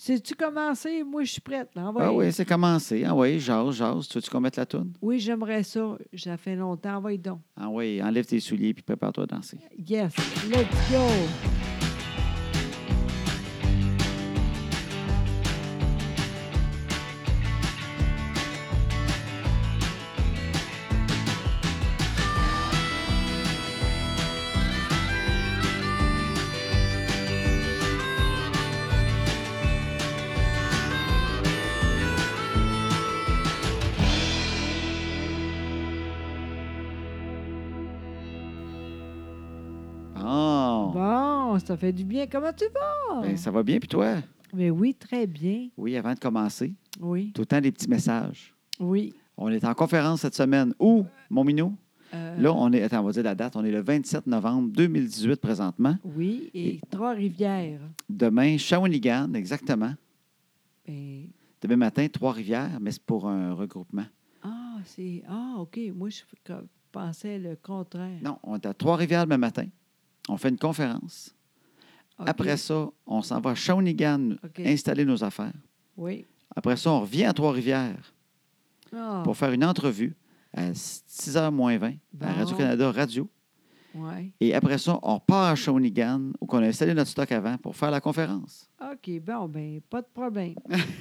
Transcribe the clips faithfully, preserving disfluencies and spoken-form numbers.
sais-tu commencer? Moi, je suis prête. Là. Ah oui, c'est commencé. Ah oui, jase, jase. Tu veux-tu qu'on mette la toune? Oui, j'aimerais ça. Ça fait longtemps. Envoie donc. Ah oui, enlève tes souliers puis prépare-toi à danser. Yes, let's go! Bon. Bon, ça fait du bien. Comment tu vas? Ben, ça va bien, puis toi? Mais oui, très bien. Oui, avant de commencer, Oui, tout le temps des petits messages. oui. On est en conférence cette semaine. Où, mon minou? Euh, Là, on est. Attends, on va dire la date. On est le vingt-sept novembre deux mille dix-huit présentement. Oui, et, Et- Trois-Rivières. Demain, Shawinigan, exactement. Ben, Demain matin, Trois-Rivières, mais c'est pour un regroupement. ah, c'est. Ah, OK. Moi, je f- pensais le contraire. Non, on est à Trois-Rivières demain matin. On fait une conférence. OK. Après ça, on s'en va à Shawinigan OK. installer nos affaires. Oui. Après ça, on revient à Trois-Rivières Ah, pour faire une entrevue à six heures moins vingt Bon. à Radio-Canada Radio. oui. Et après ça, on repart à Shawinigan où on a installé notre stock avant pour faire la conférence. OK. Bon, ben, pas de problème.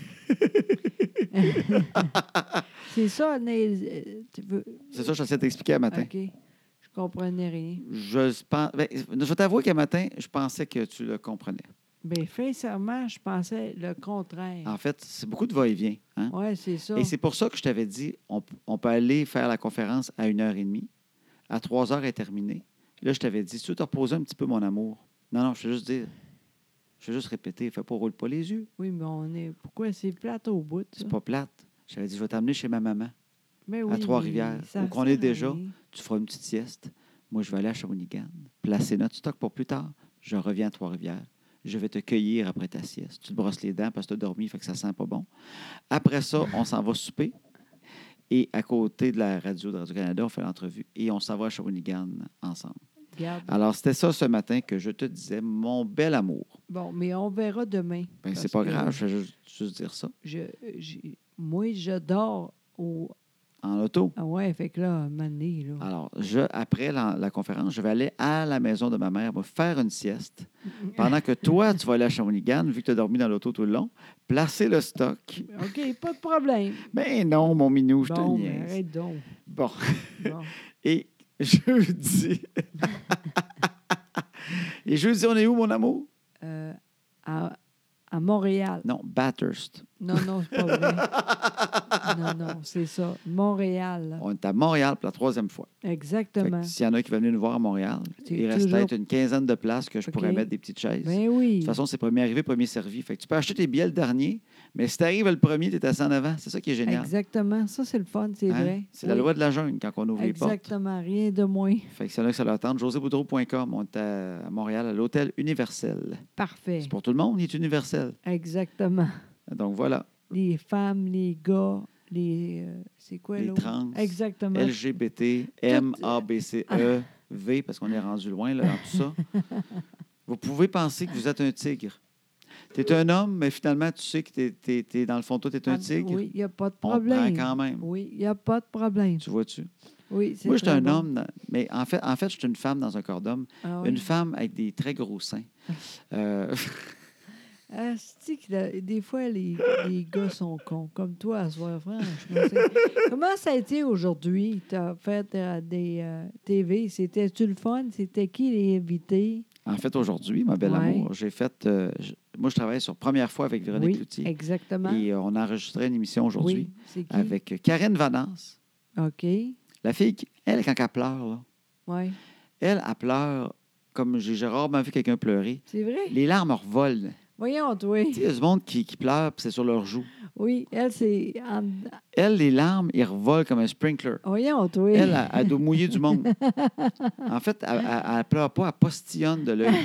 c'est ça, Neil. euh, Tu veux... C'est ça que j'essaie d'expliquer un matin. OK. Je comprenais rien. Je, pense, ben, je vais t'avouer qu'un matin, je pensais que tu le comprenais. Bien, sincèrement, je pensais le contraire. En fait, c'est beaucoup de va-et-vient. Hein? Oui, c'est ça. Et c'est pour ça que je t'avais dit, on, on peut aller faire la conférence à une heure et demie. À trois heures, elle est terminée. Là, je t'avais dit, si tu veux te reposer un petit peu, mon amour. Non, non, je vais juste dire, je vais juste répéter, fais pas, roule pas les yeux. Oui, mais on est. Pourquoi c'est plate au bout? Ça? C'est pas plate. J'avais dit, je vais t'amener chez ma maman. Mais à oui, Trois-Rivières, mais ça où qu'on sert est à déjà. rien. Tu feras une petite sieste. Moi, je vais aller à Shawinigan, placer notre stock pour plus tard. Je reviens à Trois-Rivières. Je vais te cueillir après ta sieste. Tu te brosses les dents parce que tu as dormi, fait que ça sent pas bon. Après ça, on s'en va souper. Et à côté de la radio de Radio-Canada, on fait l'entrevue. Et on s'en va à Shawinigan ensemble. Regarde. Alors, c'était ça ce matin que je te disais, mon bel amour. Bon, mais on verra demain. Ben, c'est parce pas que grave, je vais juste, juste dire ça. Je, j'ai- moi, je dors au. En auto. Ah ouais, fait que là, un moment donné, là. Alors, je, après la, la conférence, je vais aller à la maison de ma mère, me faire une sieste. Pendant que toi, tu vas aller à Shawinigan, vu que tu as dormi dans l'auto tout le long, placer le stock. OK, pas de problème. Mais non, mon minou, je Bon, te mais niaise. arrête donc. Bon. Bon. Et jeudi. Et jeudi, on est où, mon amour? Euh, à, à Montréal. Non, Bathurst. Non, non, c'est pas vrai. non, non, c'est ça. Montréal. On est à Montréal pour la troisième fois. Fait Exactement. que S'il y en a qui veulent venir nous voir à Montréal, C'est il reste toujours- peut-être une quinzaine de places que je OK. pourrais mettre des petites chaises. Ben oui. De toute façon, c'est premier arrivé, premier servi. Fait que tu peux acheter tes billets le dernier, mais si tu arrives le premier, tu es assis en avant. C'est ça qui est génial. Exactement. Ça, c'est le fun, c'est Hein? vrai. C'est la Oui. loi de la jungle quand on ouvre les portes. Exactement. Rien de moins. Fait que c'est là que ça leur tente. josé boudreau point com, on est à à Montréal, à l'hôtel Universel. Parfait. C'est pour tout le monde, il est universel. Exactement. Donc voilà, Les femmes, les gars, les. euh, c'est quoi les l'autre? trans, Exactement. L G B T, M, A, B, C, E, V, parce qu'on est rendu loin là, dans tout ça. Vous pouvez penser que vous êtes un tigre. Tu es un homme, mais finalement, tu sais que t'es, t'es- t'es- dans le fond, toi, tu es un Ah, tigre. Oui, il n'y a pas de On problème. prend quand même. Oui, il n'y a pas de problème. Tu vois-tu? Oui, c'est Moi, je suis très un bon. homme, dans- mais en fait, en fait, je suis une femme dans un corps d'homme. Ah oui. Une femme avec des très gros seins. Euh, Ah, c'est-tu que la- des fois, les, les gars sont cons. Comme toi, à soir, franchement. c'est- Comment ça a été aujourd'hui? Tu as fait euh, des euh, T V. C'était-tu le fun? C'était qui les invités? en fait, aujourd'hui, ma belle Ouais. amour, j'ai fait. euh, je- moi, je travaille sur Première fois avec Véronique oui, Cloutier. exactement. Et euh, on a enregistré une émission aujourd'hui Oui, c'est qui? avec Karine Vanance. OK. La fille, qui- elle, quand elle pleure, là, Oui. elle, elle pleure comme j'ai j'ai rarement vu quelqu'un pleurer. C'est vrai? Les larmes revolent. Voyons, toi. Tu sais, il y a du monde qui, qui pleure, puis c'est sur leur joue. Oui, elle, c'est... en- Elle, les larmes, ils revolent comme un sprinkler. Voyons, toi. Elle, elle, elle doit mouiller du monde. En fait, elle ne pleure pas, elle postillonne de l'œil.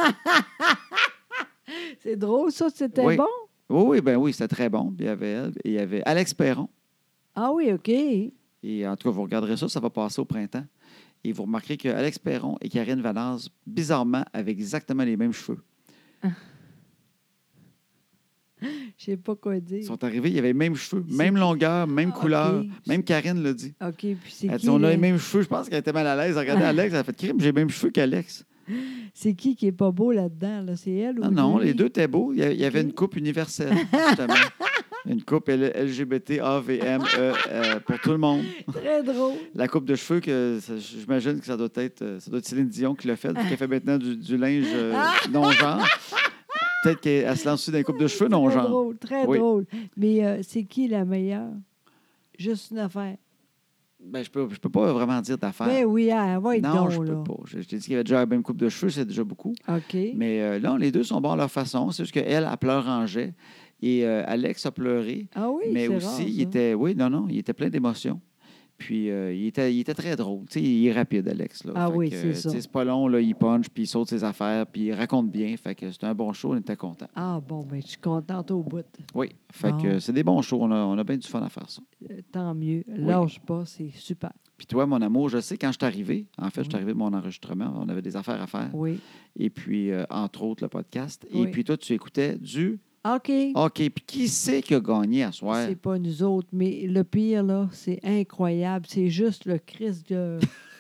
C'est drôle, ça. C'était Oui. bon? Oui, oui, ben oui, c'était très bon. Puis il y avait elle, et il y avait Alex Perron. Ah oui, OK. Et en tout cas, vous regarderez ça, ça va passer au printemps. Et vous remarquerez que Alex Perron et Karine Vanance, bizarrement, avaient exactement les mêmes cheveux. Je sais pas quoi Ils dire. sont arrivés, il y avait les mêmes cheveux, C'est même qui? longueur, même Ah, couleur. OK. Même Karine l'a dit. OK, puis c'est Elle qui? dit, on a là? les mêmes cheveux. Je pense qu'elle était mal à l'aise. Regardez Alex, elle a fait crime, j'ai les mêmes cheveux qu'Alex. C'est qui qui est pas beau là-dedans? Là? C'est elle ou Non, non, lui? les deux étaient beaux. Il y a- il y avait OK. une coupe universelle, justement. Une coupe L- L G B T, A, V, M, E, euh, pour tout le monde. Très drôle. La coupe de cheveux, que ça- j'imagine que ça doit être euh, ça doit être Céline Dion qui l'a fait, qui a fait maintenant du, du linge euh, non-genre. Peut-être qu'elle se lance dessus dans les coupes de cheveux Très non-genre. drôle, très Oui. drôle. Mais euh, c'est qui la meilleure? Juste une affaire. Ben, je peux, je peux pas vraiment dire d'affaire. Ben oui, elle va être non, donc, je peux là. pas. Je, je t'ai dit qu'il y avait déjà la même coupe de cheveux, c'est déjà beaucoup. OK. Mais euh, là, les deux sont bons à leur façon. C'est juste qu'elle, elle pleure en jet. Et euh, Alex a pleuré. Ah oui, mais c'est aussi, rare, il ça. était. Oui, non, non, il était plein d'émotions. Puis, euh, il, était, il était très drôle. Tu sais, il est rapide, Alex. Là. Ah Fait oui, que, c'est euh, ça. tu sais, c'est pas long, là, il punch, puis il saute ses affaires, puis il raconte bien. Fait que c'était un bon show, on était contents. Ah bon, ben je suis contente au bout. Oui, fait Bon. que euh, c'est des bons shows. On a, on a bien du fun à faire ça. Euh, tant mieux. Lâche pas, c'est super. Puis toi, mon amour, je sais, quand je suis arrivé, en fait, je suis Oui. arrivé de mon enregistrement, on avait des affaires à faire. Oui. Et puis, euh, entre autres, le podcast. Et Oui. puis, toi, tu écoutais du OK. OK. Puis, qui c'est qui a gagné à soir? C'est pas nous autres, mais le pire, là, c'est incroyable. C'est juste le Christ de...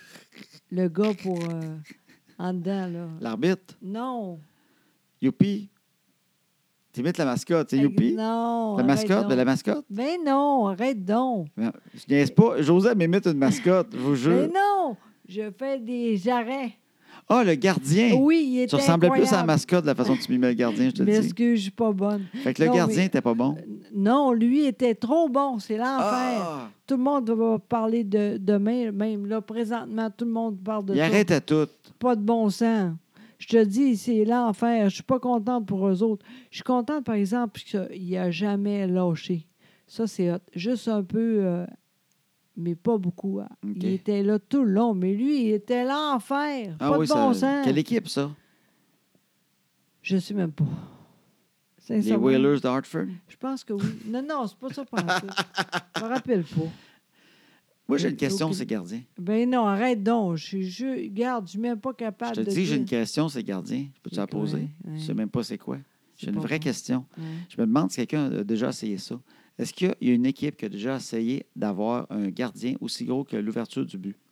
le gars pour... euh, en dedans, là. L'arbitre? Non. Youpi? T'imites la mascotte, c'est Youpi? Non. La arrête mascotte? donc. Ben, la mascotte? Ben non, arrête donc. Non, je niaise pas. Joseph m'imite une mascotte, je vous jure. Ben non, je fais des arrêts. Ah, le gardien! Oui, il Tu était ressemblais plus à la incroyable. mascotte de la façon que tu mimais le gardien, je te Mais le est-ce dis. que je suis pas bonne? Fait que le Non, gardien mais- n'était pas bon. Non, lui était trop bon. C'est l'enfer. Ah! Tout le monde va parler de demain, même là, présentement, tout le monde parle de Il ça. arrête à tout. Pas de bon sens. Je te dis, c'est l'enfer. Je suis pas contente pour eux autres. Je suis contente, par exemple, qu'il n'a jamais lâché. Ça, c'est hot. Juste un peu, euh, mais pas beaucoup. hein. OK. Il était là tout le long, mais lui, il était l'enfer. Ah pas oui, de bon ça- sens. Quelle équipe, ça? Je sais même pas. Les Sincèrement, Whalers de Hartford? Je pense que oui. Non, non, c'est pas ça pour ça. Je me rappelle pas. Moi, j'ai Euh, une question, aucune- c'est gardien. Ben non, arrête donc. Je, je, garde, je suis même pas Je capable te de dis, j'ai une dire. question, c'est gardien. Je peux-tu la C'est quoi, poser? ouais. Je sais même pas c'est quoi. C'est J'ai une pas vraie bon. question. Ouais. Je me demande si quelqu'un a déjà essayé ça. Est-ce qu'il y a une équipe qui a déjà essayé d'avoir un gardien aussi gros que l'ouverture du but?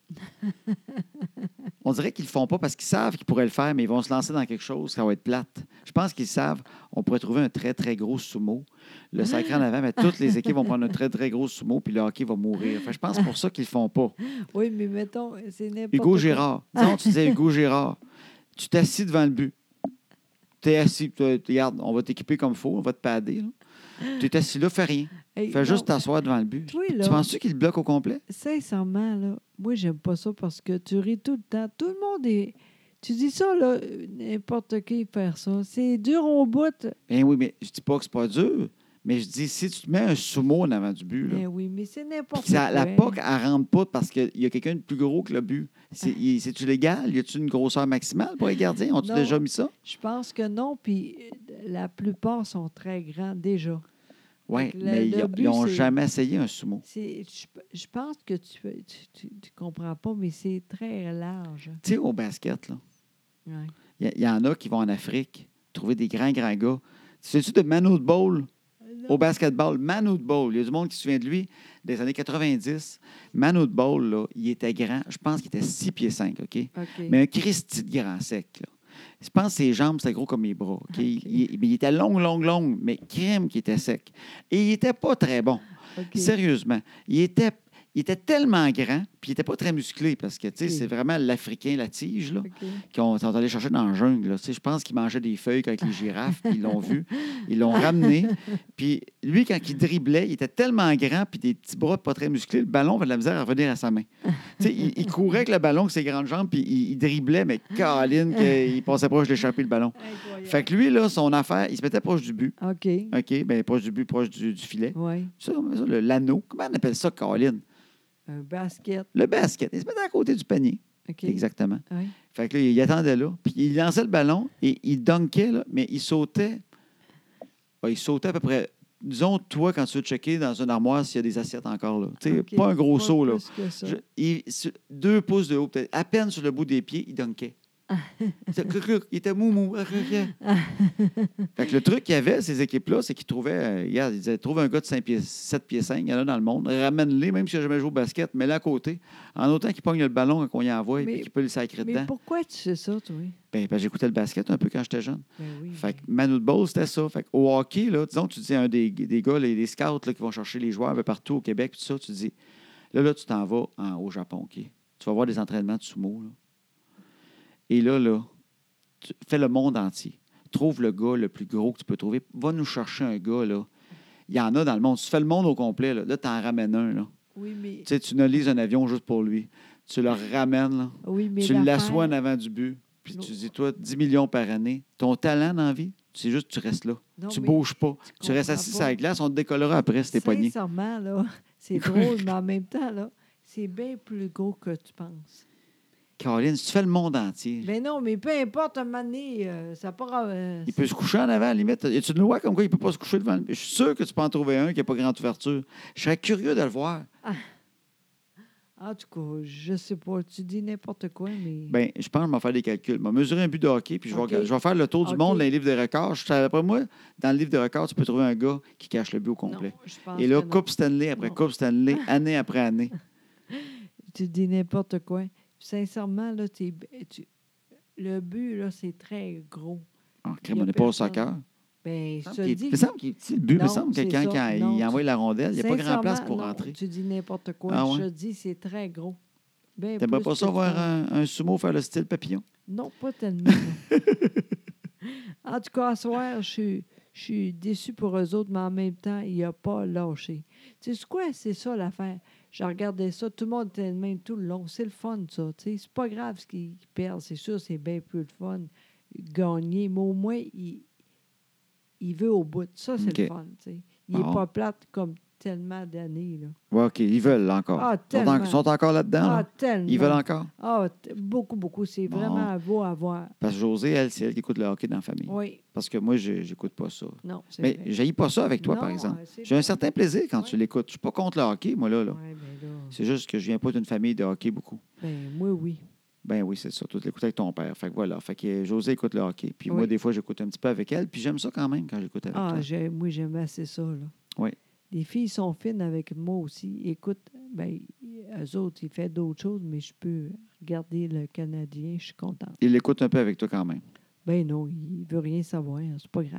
On dirait qu'ils ne le font pas parce qu'ils savent qu'ils pourraient le faire, mais ils vont se lancer dans quelque chose, ça va être plate. Je pense qu'ils savent, on pourrait trouver un très, très gros sumo, le sacré en avant, mais toutes les équipes vont prendre un très, très gros sumo, puis le hockey va mourir. Fait que je pense que c'est pour ça qu'ils ne le font pas. Oui, mais mettons, c'est n'importe Hugo quoi. Girard. Disons, tu disais Hugo Girard. Tu t'assis devant le but. Tu es assis. tu- tu- Regarde, on va t'équiper comme il faut, on va te padder. Tu es assis là, fais rien. Hey, Fais non, juste t'asseoir devant le but. toi, Tu là, penses-tu qu'il le bloque au complet? sincèrement, là, moi, j'aime pas ça parce que tu ris tout le temps. Tout le monde est... Tu dis ça, là, n'importe qui faire ça. C'est dur au bout. Ben oui, mais je dis pas que c'est pas dur. Mais je dis, si tu te mets un sumo en avant du but, là, Ben oui, mais c'est n'importe puis ça- quoi. la P O C, elle rentre pas parce qu'il y a quelqu'un de plus gros que le but. C'est- y- C'est-tu légal? Y a-tu une grosseur maximale pour les gardiens? Ont-tu Non. déjà mis ça? Je pense que non, puis euh, la plupart sont très grands déjà. Oui, Fait que le- mais le ils but, n'ont c'est- jamais essayé un sumo. C'est, je, je pense que tu ne tu, tu- tu comprends pas, mais c'est très large. Tu sais, au basket, là, Ouais. il y, y en a qui vont en Afrique trouver des grands, grands gars. Tu sais-tu de Manu Ball au basketball? Manu Ball, il y a du monde qui se souvient de lui des années quatre-vingt-dix. Manu Ball, là, il était grand. Je pense qu'il était six pieds cinq, OK? OK. Mais un Christy de grand sec, là. Je pense que ses jambes, c'était gros comme mes bras. OK? Il, il- mais il était long, long, long, mais crème qui était sec. Et il n'était pas très bon. OK. Sérieusement. Il était, il était tellement grand, puis il n'était pas très musclé, parce que, tu sais, OK. c'est vraiment l'Africain, la tige, là, OK. qui ont- sont allés chercher dans la jungle. Là. Tu sais, je pense qu'ils mangeaient des feuilles avec les girafes, puis ils l'ont vu. Ils l'ont ramené. Puis lui, quand il driblait, il était tellement grand, puis des petits bras pas très musclés, le ballon avait de la misère à revenir à sa main. Tu sais, il, il courait avec le ballon avec ses grandes jambes, puis il, il driblait, mais Caroline, il passait proche d'échapper le ballon. Incroyable. Fait que lui, là, son affaire, il se mettait proche du but. OK. OK? Bien, proche du but, proche du, du filet. Oui. Ça, ça, le- l'anneau. Comment on appelle ça, Caroline? Un basket. Le basket. Il se mettait à côté du panier. OK. Exactement. Oui. Fait que là, il attendait là, puis il lançait le ballon et il dunkait, là, mais il sautait. Ah, il sautait à peu près. Disons, toi, quand tu veux checker dans une armoire s'il y a des assiettes encore, là. Tu sais, OK. pas un gros Pas saut, là. plus que ça. Je- il- sur- deux pouces de haut, peut-être, à peine sur le bout des pieds, il dunkait. Il était mou, mou. Fait que le truc qu'il y avait, ces équipes-là, c'est qu'ils trouvaient, euh, regarde, ils disaient, trouve un gars de cinq pieds, sept pieds cinq, il y en a dans le monde, ramène-les, même s'il n'a jamais joué au basket, mets-le à côté, en autant qu'il pogne le ballon quand on y envoie et Mais- puis qu'il peut le sacrer Mais dedans. pourquoi tu sais ça, toi? Ben, ben, j'écoutais le basket un peu quand j'étais jeune. Ben oui. Fait que mais- Manu de Ball, c'était ça. Fait que au hockey, là, disons, tu dis à un des, des gars, les, les scouts là, qui vont chercher les joueurs un peu partout au Québec, puis tout ça, tu dis, là, là, tu t'en vas en- au Japon, OK? Tu vas voir des entraînements de sumo, là. Et là, là, tu fais le monde entier. Trouve le gars le plus gros que tu peux trouver. Va nous chercher un gars, là. Il y en a dans le monde. Tu fais le monde au complet, là. Là, tu en ramènes un, là. Oui, mais, Tu sais, tu analyses un avion juste pour lui. Tu le ramènes, là. oui, mais Tu l'affaire- l'assois en avant du but. Puis Non. tu dis, toi, dix millions par année. Ton talent dans la vie, c'est juste que tu restes là. Non, tu mais bouges pas. tu Tu restes comprends assis pas. sur la glace, on te décollera après si t'es pogné. Sincèrement, là, c'est drôle, mais en même temps, là, c'est bien plus gros que tu penses. Caroline, si tu fais le monde entier, Ben non, mais peu importe, un moment donné, euh, ça part... euh, il peut se coucher en avant, à la limite. Y a-tu une loi comme quoi il ne peut pas se coucher devant le... Je suis sûr que tu peux en trouver un qui n'a pas grande ouverture. Je serais curieux de le voir. En tout cas, je sais pas, tu dis n'importe quoi, mais... Bien, je pense que je vais faire des calculs. Je vais mesurer un but de hockey, puis je vais, OK. regarder- je vais faire le tour du OK. monde dans les livres de records. Je savais pas, moi, dans le livre de records, tu peux trouver un gars qui cache le but au complet. non, je pense Et là, que non. Coupe Stanley après Non. Coupe Stanley, année après année. Tu dis n'importe quoi. Sincèrement, là, t'es- tu- le but, là, c'est très gros. Oh, crème, Il y a on n'est pas au personne. soccer. Ben, Il je me te semble qu'il dis... est- il me semble qu'il est petit, le but. Il me Non, semble que c'est quelqu'un, ça. quand Non, il tu- envoie la rondelle, il n'y a pas grand place pour Sincèrement, non, rentrer. tu dis n'importe quoi. Ah Je ouais? te dis, c'est très gros. Ben T'aimerais plus pas que ça tu voir penses. un, un sumo faire le style papillon? Non, pas tellement. non. En tout cas, à soir, je suis, je suis déçue pour eux autres, mais en même temps, il n'a pas lâché. Tu sais quoi, c'est ça l'affaire. Je regardais ça, tout le monde était de même tout le long. C'est le fun, ça. Tu sais, c'est pas grave ce qu'ils perdent. C'est sûr, c'est bien plus de fun gagner, mais au moins, il, il veut au bout. Ça, c'est OK. le fun. Tu sais. Il n'est Bon. pas plate comme tellement d'années. Là. Ouais, OK, ils veulent là, encore. Ah, ils, sont en- tellement. ils sont encore là-dedans. Ah, là? tellement. Ils veulent encore? Ah, t- beaucoup, beaucoup. C'est Bon. vraiment beau à voir. Parce que Josée, elle, c'est elle qui écoute le hockey dans la famille. Oui. Parce que moi, je n'écoute pas ça. Non, c'est Mais vrai. je pas ça avec toi, Non, par exemple. euh, c'est J'ai un bon. certain plaisir quand Ouais. tu l'écoutes. Je suis pas contre le hockey, moi, là. là. Ouais, ben là, C'est juste que je viens pas d'une famille de hockey beaucoup. ben moi, oui. Ben oui, c'est ça. Tu l'écoutes avec ton père. Fait que voilà. Fait que euh, Josée écoute le hockey. Puis moi, Oui. des fois, j'écoute un petit peu avec elle. Puis j'aime ça quand même quand j'écoute avec Ah, toi. j'ai- moi, j'aime assez ça, là. Oui. Les filles sont fines avec moi aussi. Écoute, ben, eux autres, ils font d'autres choses, mais je peux regarder le Canadien, je suis contente. Il l'écoute un peu avec toi quand même. Ben non, il veut rien savoir, hein, c'est pas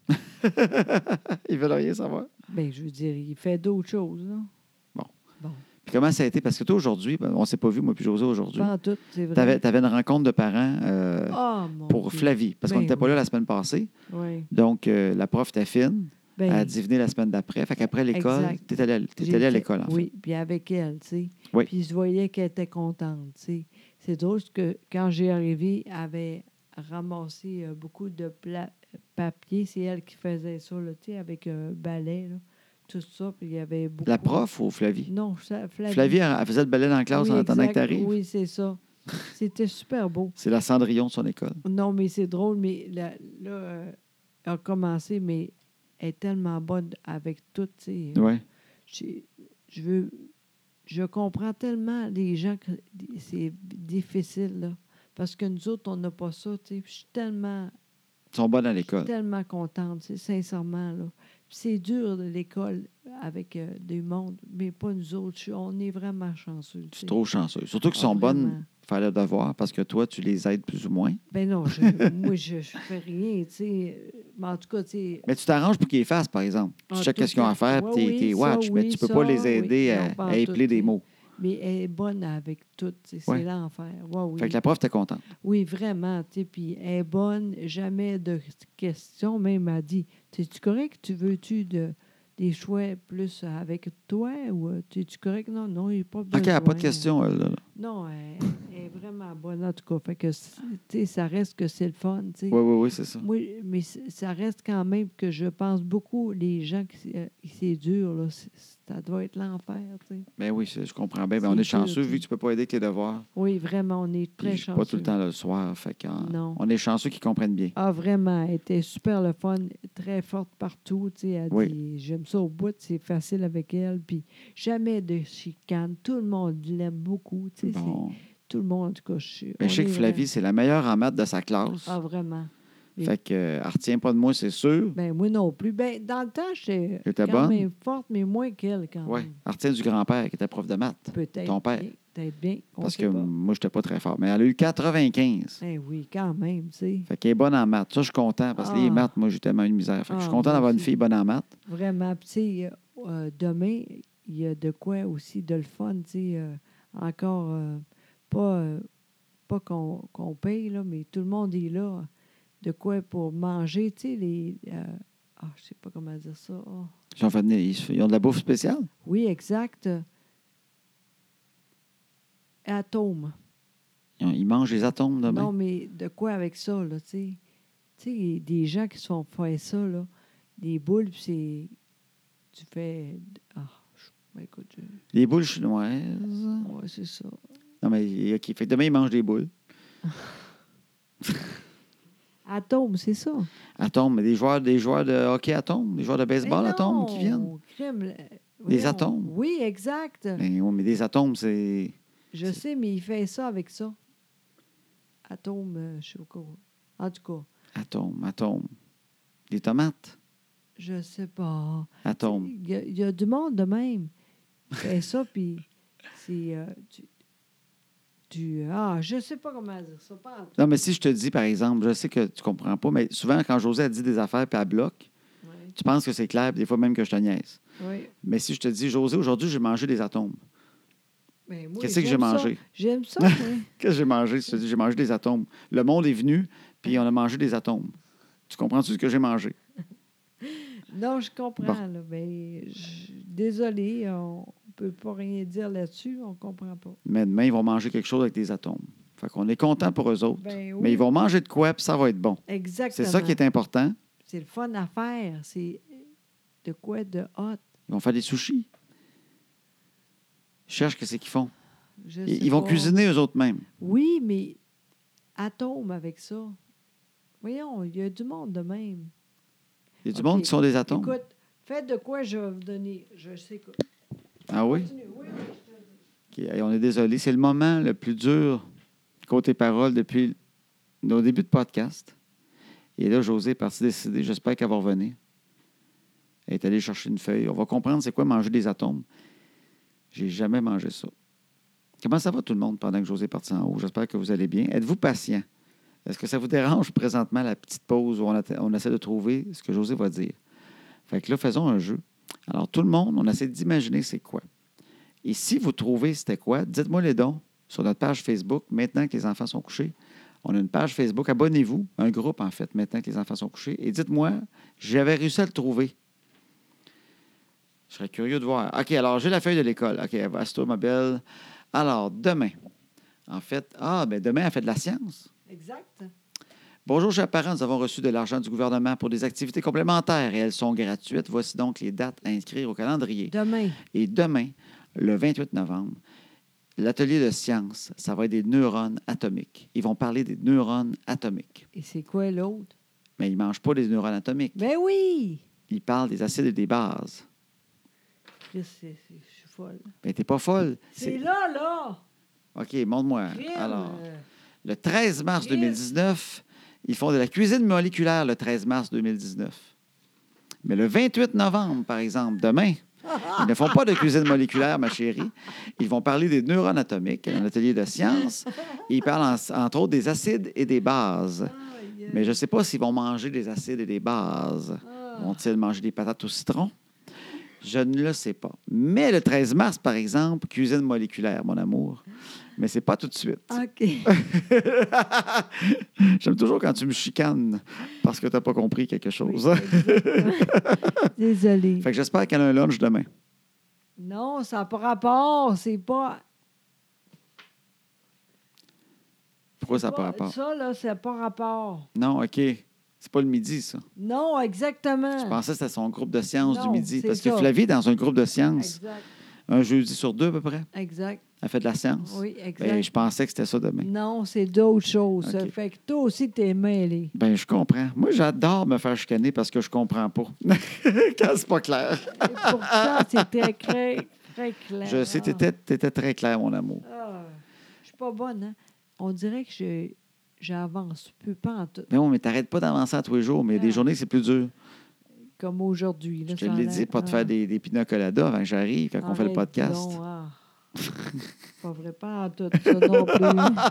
grave. Ils veulent rien savoir. Ben, je veux dire, il fait d'autres choses, là. Bon. Bon. Puis comment ça a été? Parce que toi, aujourd'hui, ben, on ne s'est pas vu, moi puis Josée, aujourd'hui. Pas en tout, c'est Tu avais, vrai. une rencontre de parents euh, Ah, mon pour Dieu. Flavie. Parce qu'on Ben n'était pas oui. là la semaine passée. Oui. Donc, euh, la prof était fine. Ben, Elle a dit venir la semaine d'après. Fait qu'après l'école, Exact. tu es allé, à- t'es allé à j'étais- l'école, en fait. Oui, puis avec elle, tu sais. Oui. Puis je voyais qu'elle était contente, tu sais. C'est drôle parce que quand j'ai arrivé, elle avait ramassé euh, beaucoup de pla- papier. C'est elle qui faisait ça, là, tu sais, avec un balai, là, tout ça. Puis il y avait beaucoup... La prof ou Flavie? Non, ça, Flavie. Flavie, elle, elle faisait le ballet dans la classe Oui, en attendant que exact. tu arrives. Oui, c'est ça. C'était super beau. C'est la Cendrillon de son école. Non, mais c'est drôle, mais là, là euh, elle a commencé, mais elle est tellement bonne avec tout, tu sais. Oui. J'ai- Je veux... Je comprends tellement les gens que c'est difficile, là. Parce que nous autres, on n'a pas ça, tu sais. Puis Je suis tellement, Ils sont bonnes à je suis l'école. tellement contente, tu sais, sincèrement, là. Puis c'est dur, l'école, avec euh, des mondes, mais pas nous autres. Je suis- On est vraiment chanceux, tu Tu sais. es trop chanceux. Surtout qu'ils Ah, sont vraiment. bonnes pour faire le devoir parce que toi, tu les aides plus ou moins. Ben non, je- moi, je, je fais rien, tu sais. Mais en tout cas, tu sais... Mais tu t'arranges pour qu'ils les fassent, par exemple. Tu Ah, checkes tout ce qu'ils ont à le faire, temps. puis Ouais, t'es t'es oui, watch, ça, mais oui, tu peux ça, pas les oui. aider Non, à, pas en à tout, épeler des tu sais. mots. Mais elle est bonne avec tout, tu sais, c'est Ouais. l'enfer. Ouais, oui. Fait que la prof était contente. Oui, vraiment, tu sais, puis elle est bonne, jamais de questions. Même elle dit, es-tu correct? Tu veux-tu de, des choix plus avec toi? Ou euh, es-tu correct? Non, non, il n'y a pas OK, besoin. elle n'a pas de questions, elle. Là. Non, elle, elle est vraiment bonne, en tout cas. Fait que, c'est- tu sais, ça reste que c'est le fun, tu sais. Oui, oui, oui, c'est ça. Moi, mais c- ça reste quand même que je pense beaucoup, les gens qui c'est- qui c'est dur, là, c'est- ça doit être l'enfer, tu sais. Ben oui, c'est- je comprends bien. Ben, on C'est est dur, chanceux tu sais. vu que tu ne peux pas aider avec les devoirs. Oui, vraiment, on est Puis très je suis chanceux. pas tout le temps là le soir. Fait qu'on- Non. on est chanceux qu'ils comprennent bien. Ah, vraiment, elle était super le fun, très forte partout, tu sais, elle Oui. dit, j'aime ça au bout, c'est facile avec elle, puis jamais de chicane, tout le monde l'aime beaucoup, tu sais, Bon. c'est- tout le monde, en tout cas, je suis. Ben, on je sais que est Flavie, c'est la meilleure en maths de sa classe. Ah, vraiment. Et- Fait que, euh, elle retient pas de moi, c'est sûr. Ben, moi non plus. Ben, dans le temps, j'étais J'étais quand bonne. même forte, mais moins qu'elle, quand Oui. même. Elle retient du grand-père qui était prof de maths. Peut-être. Ton père. bien, Peut-être bien. On Parce sait que pas. moi, j'étais pas très fort. Mais elle a eu quatre-vingt-quinze. Ben oui, quand même, tu sais. Fait qu'elle est bonne en maths. Ça, je suis content parce que les Ah. maths, moi, j'ai tellement eu de misère. Fait que je suis Ah, content moi d'avoir une aussi. fille bonne en maths. Vraiment. Puis, tu sais, euh, demain, il y a de quoi aussi de le fun, tu sais. euh, encore, euh, pas, euh, pas qu'on qu'on paye, là, mais tout le monde est là. De quoi pour manger, tu sais, les. euh, ah, je sais pas comment dire ça. Ah. Ils ont, fait venir- ils ils ont de la bouffe spéciale. Oui, exact. Atome. Ils, ont- ils mangent les atomes demain. Non, mais de quoi avec ça, là, tu sais? Tu sais, il y a des gens qui se font faire ça, là. Des boules, puis c'est. Tu fais. Ah, je- ben, écoute, je- Les boules chinoises. ouais, c'est ça. Non, mais OK. Fait que demain, ils mangent des boules. Atome, c'est ça. Atomes, mais des joueurs, des joueurs de hockey atomes, des joueurs de baseball Mais atomes non, qui viennent. crème, le- Des voyons. atomes. Oui, exact. Ben, oui, mais des atomes, c'est. Je sais, mais il fait ça avec ça. Atome, euh, je sais pas. En tout cas, Atomes, atomes. Des tomates. je sais pas. Atomes. Il y, a- il y a du monde de même. Il fait ça, puis c'est euh, du, du- Ah, je sais pas comment dire ça. Pas en tout. Non, mais si je te dis, par exemple, je sais que tu comprends pas, mais souvent, quand Josée a dit des affaires puis elle bloque, Oui, tu penses que c'est clair, puis des fois même que je te niaise. oui. Mais si je te dis, Josée, aujourd'hui, j'ai mangé des atomes. Mais moi, Qu'est-ce que j'ai j'aime ça. mangé? J'aime ça, oui. Qu'est-ce que j'ai mangé? Je te dis, j'ai mangé des atomes. Le monde est venu, puis on a mangé des atomes. Tu comprends-tu ce que j'ai mangé? Non, je comprends, là, mais je- désolé, on ne peut pas rien dire là-dessus, on comprend pas. Mais demain, ils vont manger quelque chose avec des atomes. Fait qu'on est content pour eux autres. Ben oui, Mais ils vont manger de quoi, puis ça va être bon. exactement. C'est ça qui est important. C'est le fun à faire. C'est de quoi de hot. Ils vont faire des sushis. Ils cherchent qu'est-ce qu'ils font. Je Ils, sais ils vont pas. cuisiner eux autres mêmes. Oui, mais atome avec ça. Voyons, il y a du monde de même. Il y a du OK. monde qui sont des atomes. Écoute, faites de quoi je vais vous donner. Je sais quoi. Ah oui? Continue. Oui, oui, je te le dis. OK, hey, on est désolé. C'est le moment le plus dur côté parole depuis nos débuts de podcast. Et là, Josée est partie décider. J'espère qu'elle va revenir. Elle est allée chercher une feuille. On va comprendre c'est quoi manger des atomes. J'ai jamais mangé ça. Comment ça va tout le monde pendant que Josée est partie en haut? J'espère que vous allez bien. Êtes-vous patient? Est-ce que ça vous dérange présentement la petite pause où on, atte- on essaie de trouver ce que Josée va dire? Fait que là, faisons un jeu. Alors, tout le monde, on essaie d'imaginer c'est quoi. Et si vous trouvez c'était quoi, dites-moi les dons sur notre page Facebook, maintenant que les enfants sont couchés. On a une page Facebook. Abonnez-vous, un groupe en fait, maintenant que les enfants sont couchés. Et dites-moi, j'avais réussi à le trouver. Je serais curieux de voir. OK, alors j'ai la feuille de l'école. OK, Vasto, ma belle. Alors, demain. En fait, ah, ben demain, elle fait de la science. Exact. Bonjour, chers parents. Nous avons reçu de l'argent du gouvernement pour des activités complémentaires et elles sont gratuites. Voici donc les dates à inscrire au calendrier. Demain. Et demain, le vingt-huit novembre, l'atelier de science, ça va être des neurones atomiques. Ils vont parler des neurones atomiques. Et c'est quoi l'autre? Mais ils ne mangent pas des neurones atomiques. Ben oui! Ils parlent des acides et des bases. Chris, c'est- c'est- je suis folle. Ben, t'es pas folle. C'est là, là! OK, montre-moi. Crime, Alors, euh, le treize mars deux mille dix-neuf, ils font de la cuisine moléculaire le treize mars deux mille dix-neuf. Mais le vingt-huit novembre, par exemple, demain, ils ne font pas de cuisine moléculaire, ma chérie. Ils vont parler des neurones atomiques, un atelier de sciences. Ils parlent, en- entre autres, des acides et des bases. aïe, Mais je ne sais pas s'ils vont manger des acides et des bases. ah. Vont-ils manger des patates au citron? Je ne le sais pas. Mais le treize mars, par exemple, cuisine moléculaire, mon amour. Mais c'est pas tout de suite. OK. J'aime toujours quand tu me chicanes parce que tu n'as pas compris quelque chose. Oui, exactement. Désolée. Fait que j'espère qu'elle a un lunch demain. Non, ça n'a pas rapport. C'est pas. Pourquoi ça n'a pas- pas rapport? Ça, là, ça n'a pas rapport. Non, OK. C'est pas le midi, ça. Non, exactement. Je pensais que c'était son groupe de sciences Non, du midi. c'est Parce que ça. Flavie est dans un groupe de sciences Exact. un jeudi sur deux à peu près. Exact. Elle fait de la science. Oui, exact. Ben, je pensais que c'était ça demain. Non, c'est d'autres choses. Ça OK. fait que toi aussi, t'es mêlé. Ben, je comprends. Moi, j'adore me faire chicaner parce que je comprends pas. Quand c'est pas clair. Et pourtant, c'est très, très, très clair. Je sais, tu étais, très clair, mon amour. Ah. Je suis pas bonne, hein? On dirait que je j'avance peu, pas en tout. Mais bon, mais t'arrêtes pas d'avancer à tous les jours, mais il y a des Ah. journées, c'est plus dur. Comme aujourd'hui. Là, Je te ça a l'ai l'air- dit, pas de ah. faire des, des pina coladas avant que j'arrive, quand on fait le Arrête podcast. donc, ah. Pas vrai, pas en tout ça non plus.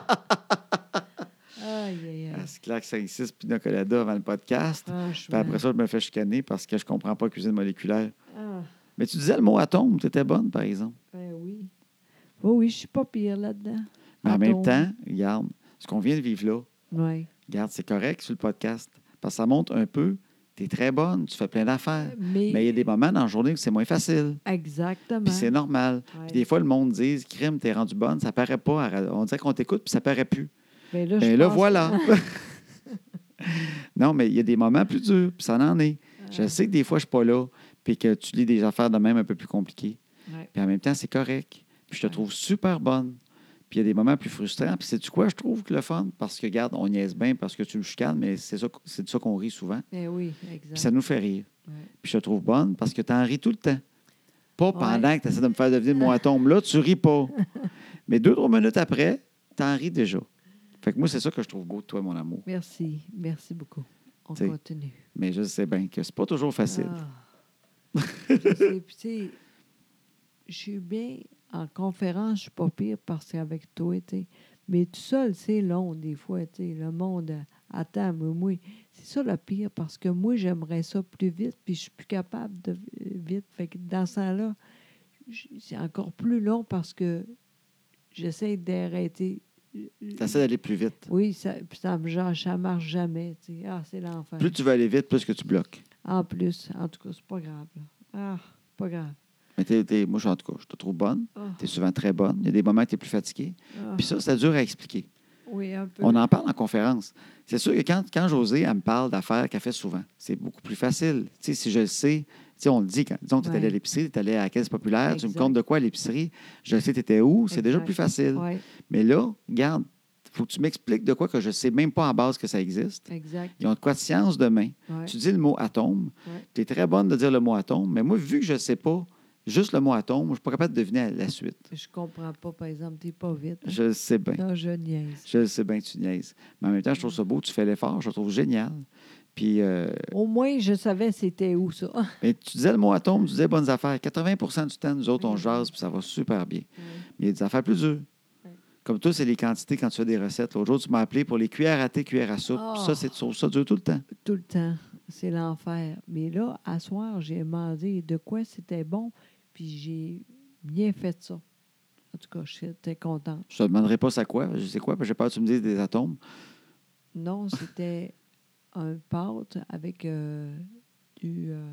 Aïe, aïe, Ah, aïe. c'est clair que cinq six pina coladas avant le podcast. Puis Franchement. après ça, je me fais chicaner parce que je comprends pas la cuisine moléculaire. Ah, Mais tu disais le mot atome, tu étais bonne, par exemple. ben oui. Oui, oui, je suis pas pire là-dedans. Mais en même Atome. temps, regarde, ce qu'on vient de vivre là, Oui. regarde, c'est correct sur le podcast. Parce que ça montre un peu, tu es très bonne, tu fais plein d'affaires. Mais, Mais il y a des moments dans la journée où c'est moins facile. exactement. Puis c'est normal. Ouais. Puis des fois, le monde dit, crime, t'es rendu bonne, ça paraît pas. On dirait qu'on t'écoute, puis ça paraît plus. Ben là, je Ben là, pense- voilà. Non, mais il y a des moments plus durs, puis ça en est. Je Ah, sais que des fois, je suis pas là, puis que tu lis des affaires de même un peu plus compliquées. ouais. Puis en même temps, c'est correct. Puis je te Ouais. trouve super bonne. Puis il y a des moments plus frustrants. Puis c'est-tu quoi, je trouve que le fun? Parce que, regarde, on niaise bien parce que tu me chicanes, mais c'est ça, c'est de ça qu'on rit souvent. Ben oui, Puis exact. ça nous fait rire. Ouais. Puis je te trouve bonne parce que tu en ris tout le temps. Pas Ouais. pendant que tu essaies de me faire deviner mon atome. Là, tu ris pas. Mais deux, trois minutes après, tu en ris déjà. Fait que moi, c'est ça que je trouve beau de toi, mon amour. Merci. Merci beaucoup. On T'sais, continue. Mais je sais bien que c'est pas toujours facile. Ah. Je sais, puis tu sais, je suis bien en conférence, je suis pas pire parce qu'avec toi, tu sais. Mais tout seul, c'est long des fois, tu sais. Le monde euh, attend, mais moi, c'est ça le pire parce que moi, j'aimerais ça plus vite, puis je suis plus capable de euh, vite. Fait que dans ce temps-là, j- c'est encore plus long parce que j'essaie d'arrêter. Tu essaies d'aller plus vite. Oui, ça, puis ça me genre, ça marche jamais, tu sais. Ah, c'est l'enfer. Plus tu veux aller vite, plus que tu bloques. En plus, en tout cas, c'est pas grave, là. Ah, pas grave. Mais t'es, t'es- moi, je- en tout cas, je te trouve bonne. Ah, Tu es souvent très bonne. Il y a des moments où tu es plus fatiguée. ah. Puis ça, c'est dur à expliquer. Oui, un peu. On en parle en conférence. C'est sûr que quand, quand Josée, elle me parle d'affaires qu'elle fait souvent, c'est beaucoup plus facile. Tu sais, si je le sais, tu sais, on le dit, quand, disons que tu es allé à Ouais. l'épicerie, tu es allé à la caisse populaire, tu me Exact. comptes de quoi à l'épicerie, je sais tu étais où, c'est déjà Exact. plus facile. Oui, Mais là, regarde, il faut que tu m'expliques de quoi que je ne sais même pas en base que ça existe. exact. Ils ont de quoi de science demain. Ouais. Tu dis le mot atome, Ouais. tu es très bonne de dire le mot atome, mais moi, vu que je ne sais pas juste le mot atome, je ne suis pas capable de deviner la suite. Je comprends pas, par exemple, t'es pas vite. hein. Je le sais bien. Non, je niaise. Je le sais bien que tu niaises. Mais en même temps, je trouve ça beau, tu fais l'effort, je le trouve génial. Puis, euh, Au moins, je savais c'était où, ça. mais tu disais le mot atome, tu disais bonnes affaires. quatre-vingts pour cent du temps, nous autres, on Oui. jase, puis ça va super bien. Ouais. Mais il y a des affaires plus dures. Oui. Comme toi, c'est les quantités quand tu fais des recettes. L'autre jour, tu m'as appelé pour les cuillères à thé, cuillères à soupe. Oh. Ça, c'est tu trouves ça dure tout le temps. Tout le temps. C'est l'enfer. Mais là, à soir, j'ai demandé de quoi c'était bon, puis j'ai bien fait ça. En tout cas, j'étais contente. Je te demanderai pas ça quoi. Je sais quoi, parce que j'ai peur que tu me dises des atomes. Non, c'était un pâte avec euh, du euh,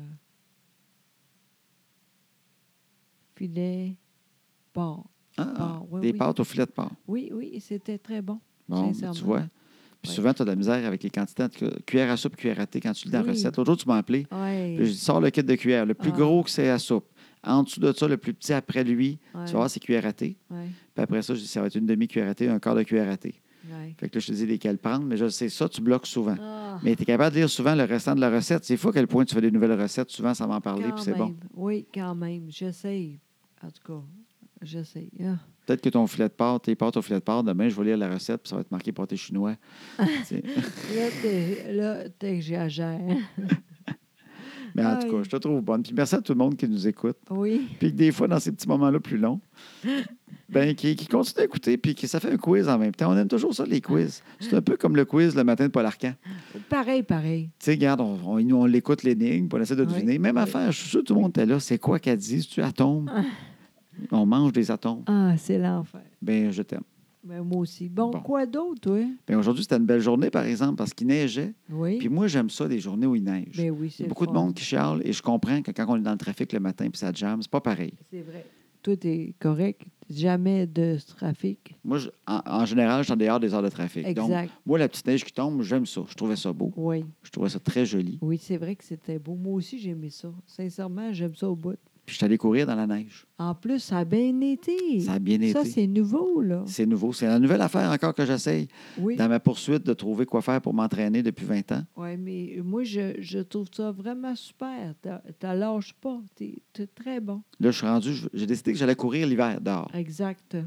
filet porc. Ah, Porc, oui, des oui. pâtes au filet de porc. Oui, oui, c'était très bon. Bon, ben, Sincèrement. tu vois. Puis Ouais. souvent, tu as de la misère avec les quantités de cu- cuillères à soupe, cuillères à thé quand tu lis dans la Oui. recette. L'autre jour, tu m'as appelé. Oui. Puis je dis, sors le kit de cuillère. Le plus Ah. gros que c'est à soupe. En dessous de ça, le plus petit après lui, Ouais. tu vas voir, c'est cuillère à thé. Ouais. Puis après ça, je dis, ça va être une demi-cuillère à thé, un quart de cuillère à thé. Ouais. Fait que là, je te dis lesquels prendre, mais je sais ça, tu bloques souvent. Ah, Mais tu es capable de lire souvent le restant de la recette. C'est fou à quel point tu fais des nouvelles recettes. Souvent, ça va en parler, quand puis c'est même. bon. Oui, quand même. J'essaie. En tout cas, j'essaie. Ah. Peut-être que ton filet de pâte, tes pâtes au filet de pâte, demain, je vais lire la recette, puis ça va être marqué pâté chinois. Tu sais. Là, t'es, là, t'exagères. Mais en tout Aïe. cas, je te trouve bonne. Puis merci à tout le monde qui nous écoute. Oui. Puis que des fois, dans ces petits moments-là plus longs, ben, qui, qui continue à écouter, puis que ça fait un quiz en même temps. On aime toujours ça, les quiz. C'est un peu comme le quiz le matin de Paul Arcand. Pareil, pareil. Tu sais, regarde, on, on, nous, on l'écoute l'énigme, puis on essaie de Oui, deviner. Même oui. affaire, je suis sûr que tout le monde était là. C'est quoi qu'elle dit? Tu atomes? On mange des atomes. Ah, c'est l'enfer. Ben, je t'aime. Ben, moi aussi. Bon, Bon. quoi d'autre, toi? Ben, aujourd'hui, c'était une belle journée, par exemple, parce qu'il neigeait. Oui. Puis moi, j'aime ça, des journées où il neige. Ben oui, Il c'est y a beaucoup le de fun. monde qui chiale, et je comprends que quand on est dans le trafic le matin puis ça jamme, c'est pas pareil. C'est vrai. Tout est correct. Jamais de trafic. Moi, je- en, en général, je suis en dehors des heures de trafic. Donc, Exact. moi, la petite neige qui tombe, j'aime ça. Je trouvais ça beau. Oui. Je trouvais ça très joli. Oui, c'est vrai que c'était beau. Moi aussi, j'aimais ça. Sincèrement, j'aime ça au bout. Puis je suis allé courir dans la neige. En plus, ça a bien été. Ça a bien été. Ça, c'est nouveau, là. C'est nouveau. C'est la nouvelle affaire encore que j'essaye Oui. dans ma poursuite de trouver quoi faire pour m'entraîner depuis vingt ans. Oui, mais moi, je, je trouve ça vraiment super. Tu lâches pas. Tu es très bon. Là, je suis rendu, je- j'ai décidé que j'allais courir l'hiver dehors. Exact.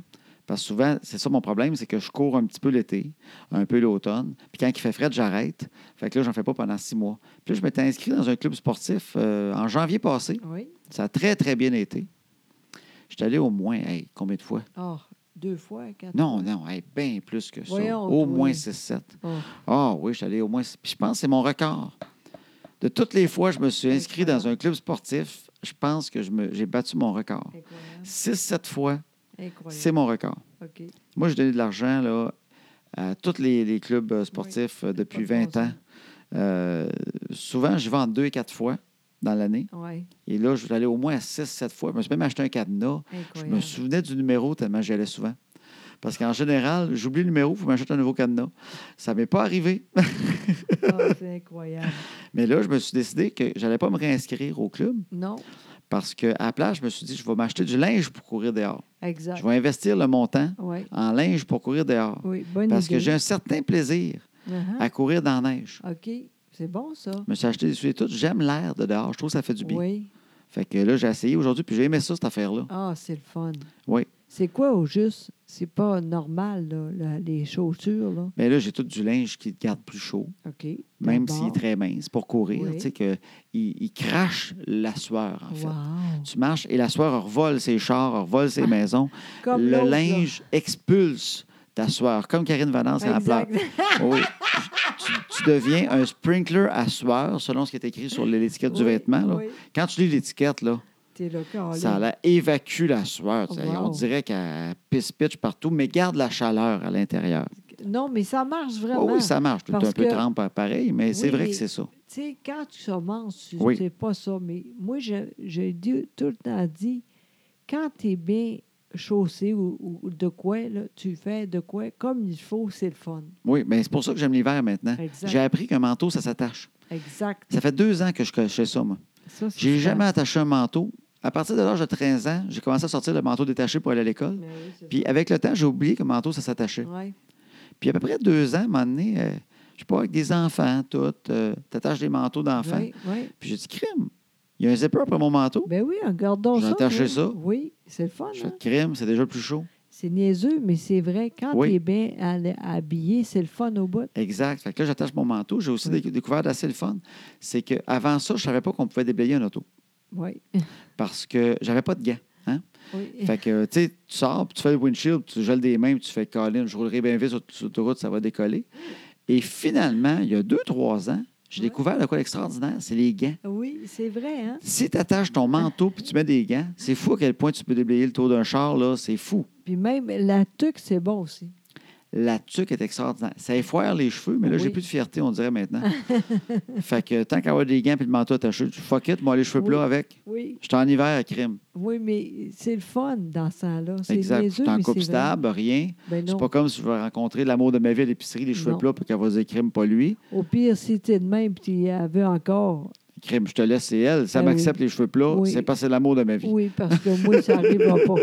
Parce que souvent, c'est ça mon problème, c'est que je cours un petit peu l'été, un peu l'automne. Puis quand il fait frais, j'arrête. Fait que là, j'en fais pas pendant six mois. Puis là, je m'étais inscrit dans un club sportif euh, en janvier passé. Oui. Ça a très, très bien été. Je suis allé au moins, hey, combien de fois? Ah, deux fois, quatre Non, fois. non, hey, bien plus que ça. Voyons, au toi. moins six sept. Oh, Ah oui, je suis allé au moins. Puis je pense que c'est mon record. De toutes les fois que je me suis inscrit Incroyable. dans un club sportif, je pense que je me, j'ai battu mon record. incroyable. six sept fois, Incroyable. c'est mon record. OK. Moi, j'ai donné de l'argent là, à tous les, les clubs euh, sportifs euh, depuis Pas de bon vingt ans. sens. Euh, souvent, j'y vais en deux et quatre fois dans l'année. Oui, Et là, je vais aller au moins à six sept fois. Je me suis même acheté un cadenas. Je incroyable. me souvenais du numéro tellement j'y allais souvent. Parce qu'en général, j'oublie le numéro, il faut m'acheter un nouveau cadenas. Ça ne m'est pas arrivé. Ah, c'est incroyable. Mais là, je me suis décidé que je n'allais pas me réinscrire au club Non, parce qu'à la place, je me suis dit, je vais m'acheter du linge pour courir dehors. exact. Je vais investir le montant Oui, en linge pour courir dehors. oui, bonne Parce idée. que j'ai un certain plaisir Uh-huh. à courir dans la neige. OK, c'est bon, ça. Je me suis acheté des souliers tout. J'aime l'air de dehors. Je trouve que ça fait du bien. Oui. Fait que là, j'ai essayé aujourd'hui, puis j'ai aimé ça, cette affaire-là. Ah, c'est le fun. Oui. C'est quoi au juste? C'est pas normal, là, la- les chaussures, là. Mais là, j'ai tout du linge qui te garde plus chaud, OK. même D'abord. s'il est très mince, pour courir. Oui. Tu sais, que, il, il crache la sueur, en fait. Wow. Tu marches et la sueur revole ses chars, revole ses maisons. Comme Le l'autre, là. linge expulse ta sueur, comme Karine Valence à la plage. Exact. Oui. Tu, tu deviens un sprinkler à sueur, selon ce qui est écrit sur l'étiquette du Oui, vêtement. Là. oui. Quand tu lis l'étiquette, là, T'es là, Caroline. ça a l'air évacue la sueur. Tu sais, Wow. On dirait qu'elle pisse-pitch partout, mais garde la chaleur à l'intérieur. Non, mais ça marche vraiment. Oh, oui, ça marche. Tout Parce un peu que- trempe pareil, mais c'est Oui, vrai mais- que c'est ça. Tu sais, quand tu commences, tu Oui. sais pas ça, mais moi, je- j'ai dit- tout le temps dit, quand tu es bien chaussé ou, ou de quoi, là, tu fais de quoi comme il faut, c'est le fun. Oui, mais c'est pour ça que j'aime l'hiver maintenant. Exact. J'ai appris qu'un manteau, ça s'attache. Exact. Ça fait deux ans que je fais ça, moi. Ça, c'est J'ai super. jamais attaché un manteau. À partir de l'âge de treize ans, j'ai commencé à sortir le manteau détaché pour aller à l'école. Mais oui, c'est Puis avec le temps, j'ai oublié que le manteau, ça s'attachait. ça. Ouais. Puis à peu près deux ans, à un moment donné, euh, je sais pas, avec des enfants, tout, euh, t'attaches des manteaux d'enfants. Oui, oui. Puis j'ai dit, crime, il y a un zipper après mon manteau. Ben oui, regardons J'ai ça. attaché oui. ça. Oui, c'est le fun. Je fais hein. crime, c'est déjà le plus chaud. C'est niaiseux, mais c'est vrai. Quand Oui. tu es bien allé- habillé, c'est le fun au bout. Exact. Fait que là, j'attache mon manteau. J'ai aussi Oui. dé- découvert d'assez le fun. C'est qu'avant ça, je savais pas qu'on pouvait déblayer un auto Oui. parce que j'avais pas de gants. Hein? oui. Fait que, tu sais, tu sors, puis tu fais le windshield, puis tu gèles des mains, puis tu fais Colin, je roulerai bien vite sur, sur l'autoroute, ça va décoller. Et finalement, il y a deux, trois ans, j'ai Ouais. découvert de quoi extraordinaire, c'est les gants. Oui, c'est vrai, hein? Si tu attaches ton manteau puis tu mets des gants, c'est fou à quel point tu peux déblayer le tour d'un char, là, c'est fou. Puis même la tuque, c'est bon aussi. La tuque est extraordinaire. Ça effoire les cheveux, mais là, j'ai Oui. plus de fierté, on dirait maintenant. Fait que tant qu'à avoir des gants puis le manteau attaché, tu fuck it, moi, les cheveux Oui. plats avec. Oui, Je suis en hiver à crime. oui, mais c'est le fun dans ce temps-là. C'est Exact. niaiseux, Tu en mais coupe c'est vrai. stable, rien. Ben C'est non. pas comme si je vais rencontrer l'amour de ma vie à l'épicerie, les cheveux Non. plats, puis qu'elle va dire crime, pas lui. Au pire, si tu es de même et tu y veux encore, Crime, je te laisse, c'est elle. Ça Ben m'accepte oui. les cheveux plats, Oui. c'est parce que c'est l'amour de ma vie. oui, parce que moi, ça n'arrivera pas.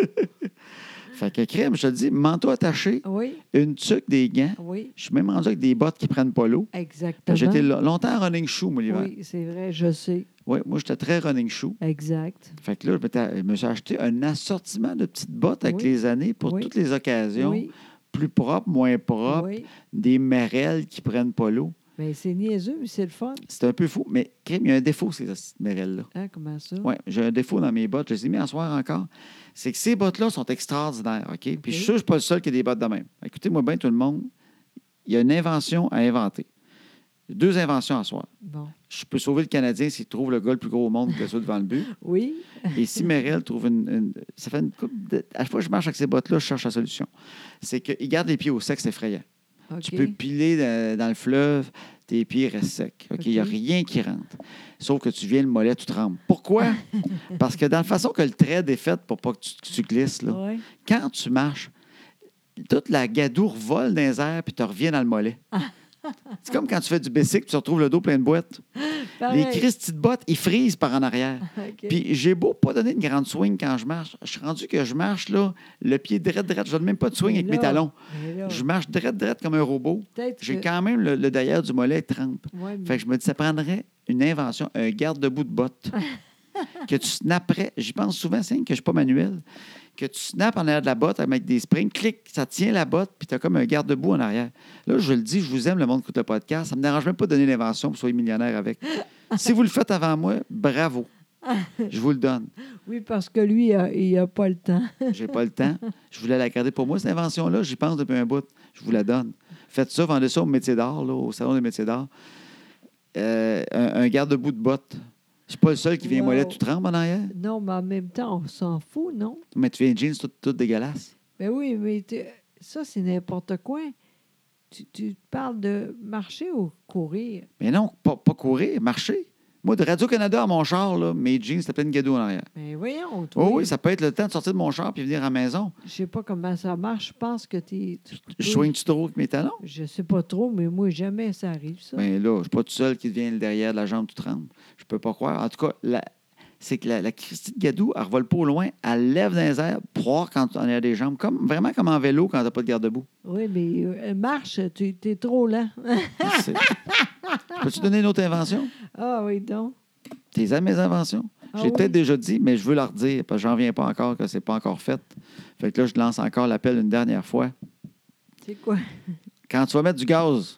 Fait que crime, je te dis, manteau attaché, Oui, une tuque, des gants. oui, Je suis même rendu avec des bottes qui prennent pas l'eau. exactement. J'étais lo- longtemps running shoe, moi, l'hiver. Oui, c'est vrai, je sais. Oui, moi, j'étais très running shoe. Exact. Fait que là, je, m'étais- je me suis acheté un assortiment de petites bottes avec Oui. les années pour Oui. toutes les occasions. Oui, Plus propres, moins propres, oui. des merelles qui prennent pas l'eau. Mais c'est niaiseux, mais c'est le fun. C'est un peu fou, mais crime, il y a un défaut, ces petites merelles-là. Hein, comment ça? Oui, j'ai un défaut dans mes bottes. Je les ai mis à soir encore. C'est que ces bottes-là sont extraordinaires, OK? Puis je suis sûr que je ne suis pas le seul qui a des bottes de même. Écoutez-moi bien, tout le monde. Il y a une invention à inventer. Deux inventions à soir. Bon. Je peux sauver le Canadien s'il trouve le gars le plus gros au monde que ça devant le but. Oui, Et si Merel trouve une, une- Ça fait une couple de... À chaque fois que je marche avec ces bottes-là, je cherche la solution. C'est qu'il garde les pieds au sec, c'est effrayant. OK. Tu peux piler dans, dans le fleuve, tes pieds restent secs. OK? Il n'y a OK. rien qui rentre. Sauf que tu viens le mollet, tu trembles. Pourquoi? Parce que dans la façon que le trait est fait pour pas que tu, que tu glisses, là, Ouais. quand tu marches, toute la gadoure vole dans les airs puis tu reviens dans le mollet. C'est comme quand tu fais du bicycle, tu retrouves le dos plein de boîtes. Pareil. Les Christy de bottes, ils frisent par en arrière. OK. Puis j'ai beau pas donner une grande swing quand je marche. Je suis rendu que je marche, là, le pied drette, drette. Je donne même pas de swing Mais avec mes là, talons. mais là, Je marche drette, drette comme un robot. peut-être J'ai que- quand même le, le derrière du mollet trempe. Ouais, mais- Fait que je me dis, ça prendrait une invention, un garde-debout de bottes. que tu snapperais. J'y pense souvent, c'est que je ne suis pas manuel. Que tu snappes en arrière de la botte avec des springs, clic, ça tient la botte, puis tu as comme un garde-boue en arrière. Là, je le dis, je vous aime, le monde qui écoute le podcast. Ça ne me dérange même pas de donner l'invention pour que vous soyez millionnaire avec. Si vous le faites avant moi, bravo. Je vous le donne. Oui, parce que lui, euh, il n'a pas le temps. J'ai pas le temps. Je voulais la garder pour moi, cette invention-là. J'y pense depuis un bout. Je vous la donne. Faites ça, vendez ça au métier d'art, là, au Salon des métiers d'art. Euh, un, un garde-boue de botte. Je suis pas le seul qui vient Wow. mollet tout tremble en arrière. Non, mais en même temps, on s'en fout, non? Mais tu viens jeans tout, tout dégueulasse. Ben oui, mais tu- ça, c'est n'importe quoi. Tu, tu parles de marcher ou courir? Mais non, pas, pas courir, marcher. Moi, de Radio-Canada à mon char, là, mes jeans, c'était plein de gadoux en arrière. Ben voyons, toi. Oh oui, ça peut être le temps de sortir de mon char puis venir à la maison. Je sais pas comment ça marche. Je pense que tu Je soigne-tu trop avec mes talons? Je sais pas trop, mais moi, jamais ça arrive, ça. Bien là, je ne suis pas tout seul qui devient le derrière de la jambe tout tremble. Je peux pas croire. En tout cas, la- c'est que la, la Christie de Gadou, elle ne revole pas au loin, elle lève dans les airs pour voir quand on a des jambes, comme, vraiment comme en vélo quand tu n'as pas de garde-boue. Oui, mais euh, marche, tu es trop lent. C'est- Peux-tu donner une autre invention? Ah oui, donc. Tes aimes mes inventions? Ah J'ai oui. peut-être déjà dit, mais je veux leur dire, parce que j'en viens pas encore, que c'est pas encore fait. Fait que là, je lance encore l'appel une dernière fois. C'est quoi? Quand tu vas mettre du gaz,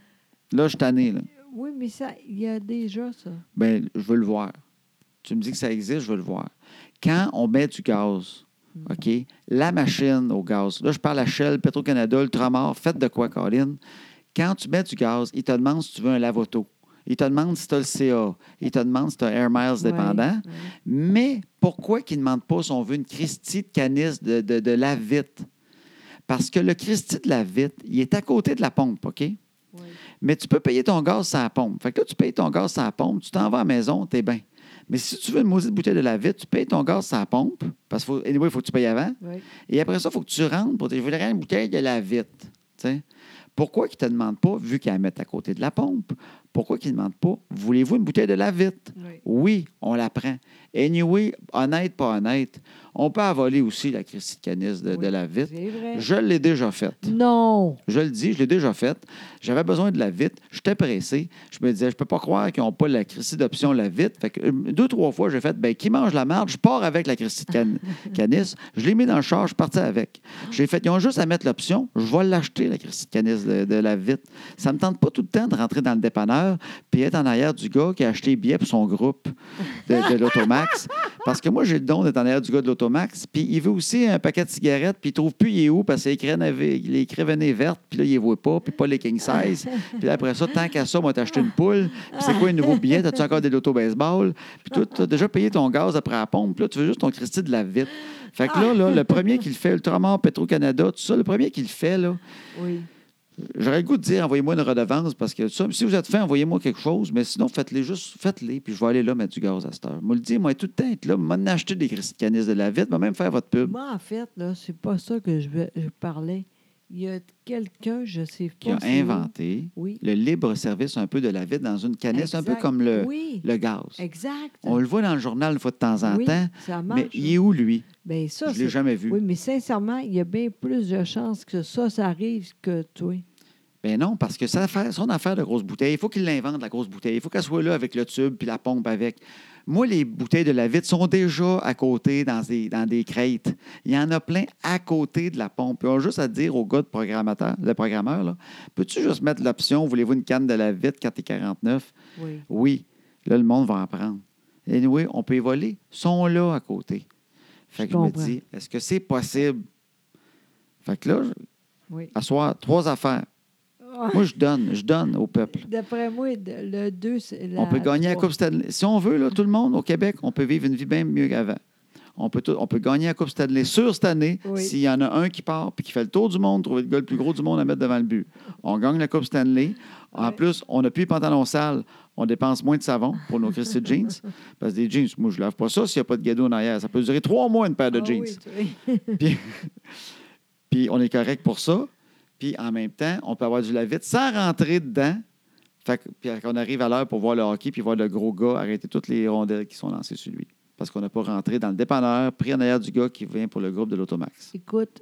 là, je suis tanné, là. Oui, mais ça, il y a déjà ça. Bien, je veux le voir. Tu me dis que ça existe, je veux le voir. Quand on met du gaz, OK, la machine au gaz, là, je parle à Shell, Petro-Canada, Ultramar, faites de quoi, Colin? Quand tu mets du gaz, il te demande si tu veux un lave-auto. Il te demande si tu as le C A. Il te demande si tu as Air Miles dépendant. Ouais, ouais. Mais pourquoi qu'il ne demande pas si on veut une Christie de canisse de, de, de lave-vite? Parce que le Christie de lave-vite, il est à côté de la pompe, OK? Ouais. Mais tu peux payer ton gaz sans la pompe. Fait que là, tu payes ton gaz sans la pompe, tu t'en vas à la maison, t'es bien. Mais si tu veux une maudite bouteille de lave-vite, tu payes ton gaz sans la pompe, parce qu'il faut, anyway, il faut que tu payes avant. Ouais. Et après ça, il faut que tu rentres pour dire, je voudrais une bouteille de lave-vite. Tu sais? Pourquoi qu'ils ne te demandent pas, vu qu'ils la mettent à côté de la pompe, pourquoi qu'ils ne demandent pas, voulez-vous une bouteille de lave-vite? Ouais. Oui, on la prend. Anyway, honnête, pas honnête, on peut avaler aussi la Christie de canisse de, Oui, de lave-vite. C'est vrai. Je l'ai déjà faite. Non. Je le dis, je l'ai déjà faite. J'avais besoin de la vite. J'étais pressé. Je me disais, je peux pas croire qu'ils n'ont pas la Christie d'option la vite. Fait que euh, deux, trois fois, j'ai fait, ben qui mange la marde? Je pars avec la Christie de can- canisse. Je l'ai mis dans le char, je suis parti avec. J'ai fait, ils ont juste à mettre l'option. Je vais l'acheter, la Christie de canisse de, de la vite. Ça me tente pas tout le temps de rentrer dans le dépanneur puis être en arrière du gars qui a acheté les billets pour son groupe de, de l'Automax. Parce que moi, j'ai le don d'être en arrière du gars de l'Automax. Puis il veut aussi un paquet de cigarettes, puis il trouve plus il est où parce qu'il les crévenées vertes, puis là, il les voit pas, puis pas les king size. Puis là, après ça, tant qu'à ça, moi, t'as acheté une poule. Puis c'est quoi un nouveau billet? T'as-tu encore des lotos baseball? Puis toi, t'as déjà payé ton gaz après la pompe. Puis là, tu veux juste ton Christie de la vite. Fait que là, là, le premier qui le fait, Ultramar, Petro-Canada, tout ça, le premier qui le fait, là, Oui. j'aurais le goût de dire, envoyez-moi une redevance, parce que ça, si vous êtes fait, envoyez-moi quelque chose, mais sinon, faites-les juste, faites-les, puis je vais aller là mettre du gaz à cette heure. Moi, le dire, moi, tout le temps être là, m'en acheter des Christie de canisse de la vite, moi, même faire votre pub. Moi, en fait, là, c'est pas ça que je, veux- je parlais. Il y a quelqu'un, je sais pas. Qui a c'est où. inventé Oui. le libre service un peu de la vite dans une canisse, un peu Exact. comme le, Oui. le gaz. Exact. On le voit dans le journal une fois de temps en oui, temps, ça marche. mais il est où, lui? Ben, ça, Je ne l'ai c'est- jamais vu. Oui, mais sincèrement, il y a bien plus de chances que ça, ça arrive que toi. Ben non, parce que ça fait son affaire de grosse bouteille. Il faut qu'il l'invente, la grosse bouteille. Il faut qu'elle soit là avec le tube puis la pompe avec. Moi, les bouteilles de la vitre sont déjà à côté dans des, dans des crêtes. Il y en a plein à côté de la pompe. Ils ont juste à dire au gars de programmateur, le programmeur, là, peux-tu juste mettre l'option, voulez-vous une canne de la vitre quatre quarante-neuf? Oui. Oui. Là, le monde va en prendre. Et anyway, on peut y voler. Ils sont là à côté. Fait Je que je me comprends. dis, est-ce que c'est possible? Fait que là, Oui. à soir, trois affaires. Ah, Moi, je donne, je donne au peuple. D'après moi, de- le deux, c'est la On peut gagner la trois. Coupe Stanley. Si on veut, là, tout le monde au Québec, on peut vivre une vie bien mieux qu'avant. On peut, tout- on peut gagner la Coupe Stanley sur cette année Oui. s'il y en a un qui part puis qui fait le tour du monde, trouver le gars le plus gros du monde à mettre devant le but. On gagne la Coupe Stanley. En Ouais. plus, on n'a plus les pantalons sales. On dépense moins de savon pour nos Christy jeans. Parce que des jeans, moi, je ne lave pas ça s'il n'y a pas de gadou en arrière. Ça peut durer trois mois, une paire de Ah jeans. oui, oui. Puis, puis on est correct pour ça. Puis en même temps, on peut avoir du lave-vite sans rentrer dedans. Fait que, puis on arrive à l'heure pour voir le hockey puis voir le gros gars arrêter toutes les rondelles qui sont lancées sur lui. Parce qu'on n'a pas rentré dans le dépanneur, pris en arrière du gars qui vient pour le groupe de l'Automax. Écoute,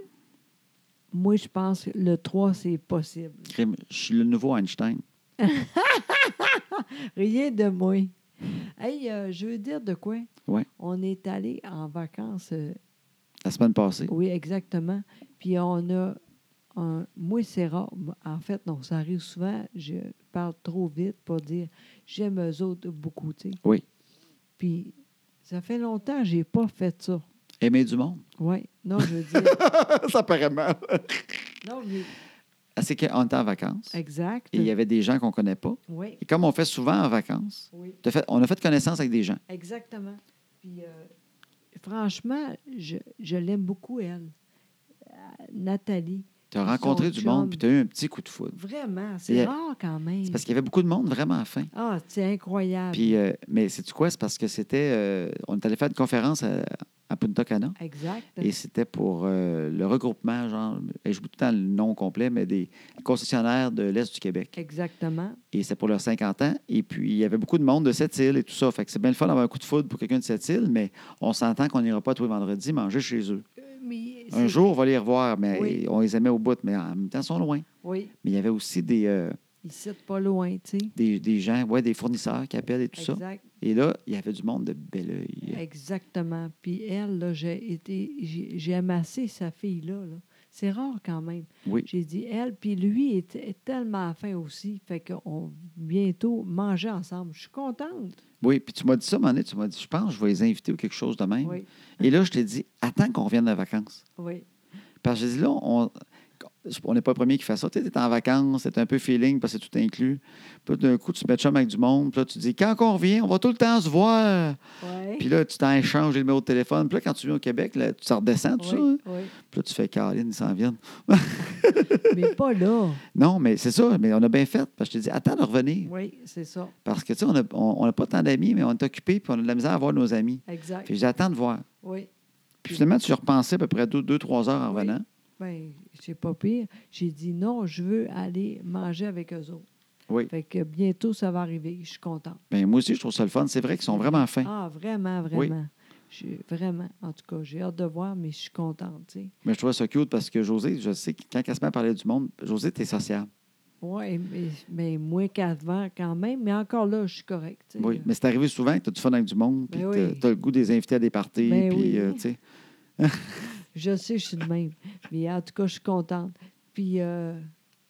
moi, je pense que le trois, c'est possible. Crime, je suis le nouveau Einstein. Rien de moins. Hey, euh, je veux dire de quoi? Oui. Ouais. On est allé en vacances. euh, La semaine passée. oui, exactement. Puis on a un. Moi, c'est rare. En fait, non, ça arrive souvent. Je parle trop vite pour dire j'aime eux autres beaucoup, tu sais. Oui. Puis ça fait longtemps que j'ai pas fait ça. Aimer du monde. Oui. Non, je veux dire. Ça paraît mal. Non, mais. Ah, c'est qu'on était en vacances. Exact. Et il y avait des gens qu'on ne connaît pas. Oui. Et comme on fait souvent en vacances, Oui. t'as fait- on a fait connaissance avec des gens. Exactement. Puis, euh, franchement, je, je l'aime beaucoup, elle. Euh, Nathalie. Tu as Son rencontré du monde, chum. puis tu as eu un petit coup de foudre. Vraiment, Et, c'est euh, rare quand même. C'est parce qu'il y avait beaucoup de monde vraiment fin. Ah, c'est incroyable. Puis, euh, mais c'est quoi? C'est parce que c'était. euh, on est allé faire une conférence à, à Punta Cana. Exact. Et c'était pour euh, le regroupement, genre, et je vous tout le temps le nom complet, mais des concessionnaires de l'Est du Québec. Exactement. Et c'était pour leurs cinquante ans. Et puis, il y avait beaucoup de monde de cette île et tout ça. Fait que c'est bien le fun d'avoir un coup de foudre pour quelqu'un de cette île, mais on s'entend qu'on n'ira pas tous les vendredis manger chez eux. Euh, mais Un c'est- jour, on va les revoir, mais Oui. on les aimait au bout, mais en même temps, ils sont loin. Oui, Mais il y avait aussi des, euh, ils citent pas loin, tu sais. des, des gens, ouais, des fournisseurs qui appellent et tout ça. Exact. Et là, il y avait du monde de bel oeil. Exactement. Puis elle, là, j'ai été, j'ai j'ai amassé sa fille-là. Là. C'est rare quand même. Oui. J'ai dit elle, puis lui est, est tellement fin aussi. Fait qu'on bientôt manger ensemble. Je suis contente. Oui, puis tu m'as dit ça, à un moment donné, tu m'as dit, je pense que je vais les inviter ou quelque chose de même. Oui, Et là, je t'ai dit, attends qu'on revienne de vacances. oui, Parce que j'ai dit, là, on on n'est pas le premier qui fait ça. Tu es en vacances, c'est un peu feeling parce que c'est tout inclus. Puis là, d'un coup, tu te mets de chum avec du monde. Puis là, tu dis, quand on revient, on va tout le temps se voir. oui. Puis là, tu t'en échanges les numéros de téléphone. Puis là, quand tu viens au Québec, là, tu t'en redescends, tout oui, ça. Hein? oui. Puis là, tu fais, Caroline, ils s'en viennent. Mais pas là. Non, mais c'est ça. Mais on a bien fait. Parce que je te dis, attends de revenir. Oui, c'est ça. Parce que, tu sais, on n'a on, on a pas tant d'amis, mais on est occupés. Puis on a de la misère à voir nos amis. Exact. Puis j'attends de voir. Oui. Puis finalement, tu repensais à peu près deux, deux trois heures en Oui. revenant. Bien, c'est pas pire. J'ai dit non, je veux aller manger avec eux autres. Oui. Fait que bientôt, ça va arriver. Je suis contente. Bien, moi aussi, je trouve ça le fun. C'est vrai qu'ils sont vraiment fins. Ah, vraiment, vraiment. Je suis vraiment, en tout cas, j'ai hâte de voir, mais je suis contente, tu sais. Mais je trouve ça cute parce que José, je sais que quand elle se met à parler du monde, José, t'es sociable. Oui, mais, mais moins qu'avant quand même, mais encore là, je suis correcte. tu sais. Oui. Mais c'est arrivé souvent que tu as du fun avec du monde, puis Ben que oui. tu as le goût des invités à des parties, Ben puis, oui. euh, tu sais. Je sais, je suis de même. Mais en tout cas, je suis contente. Puis, euh,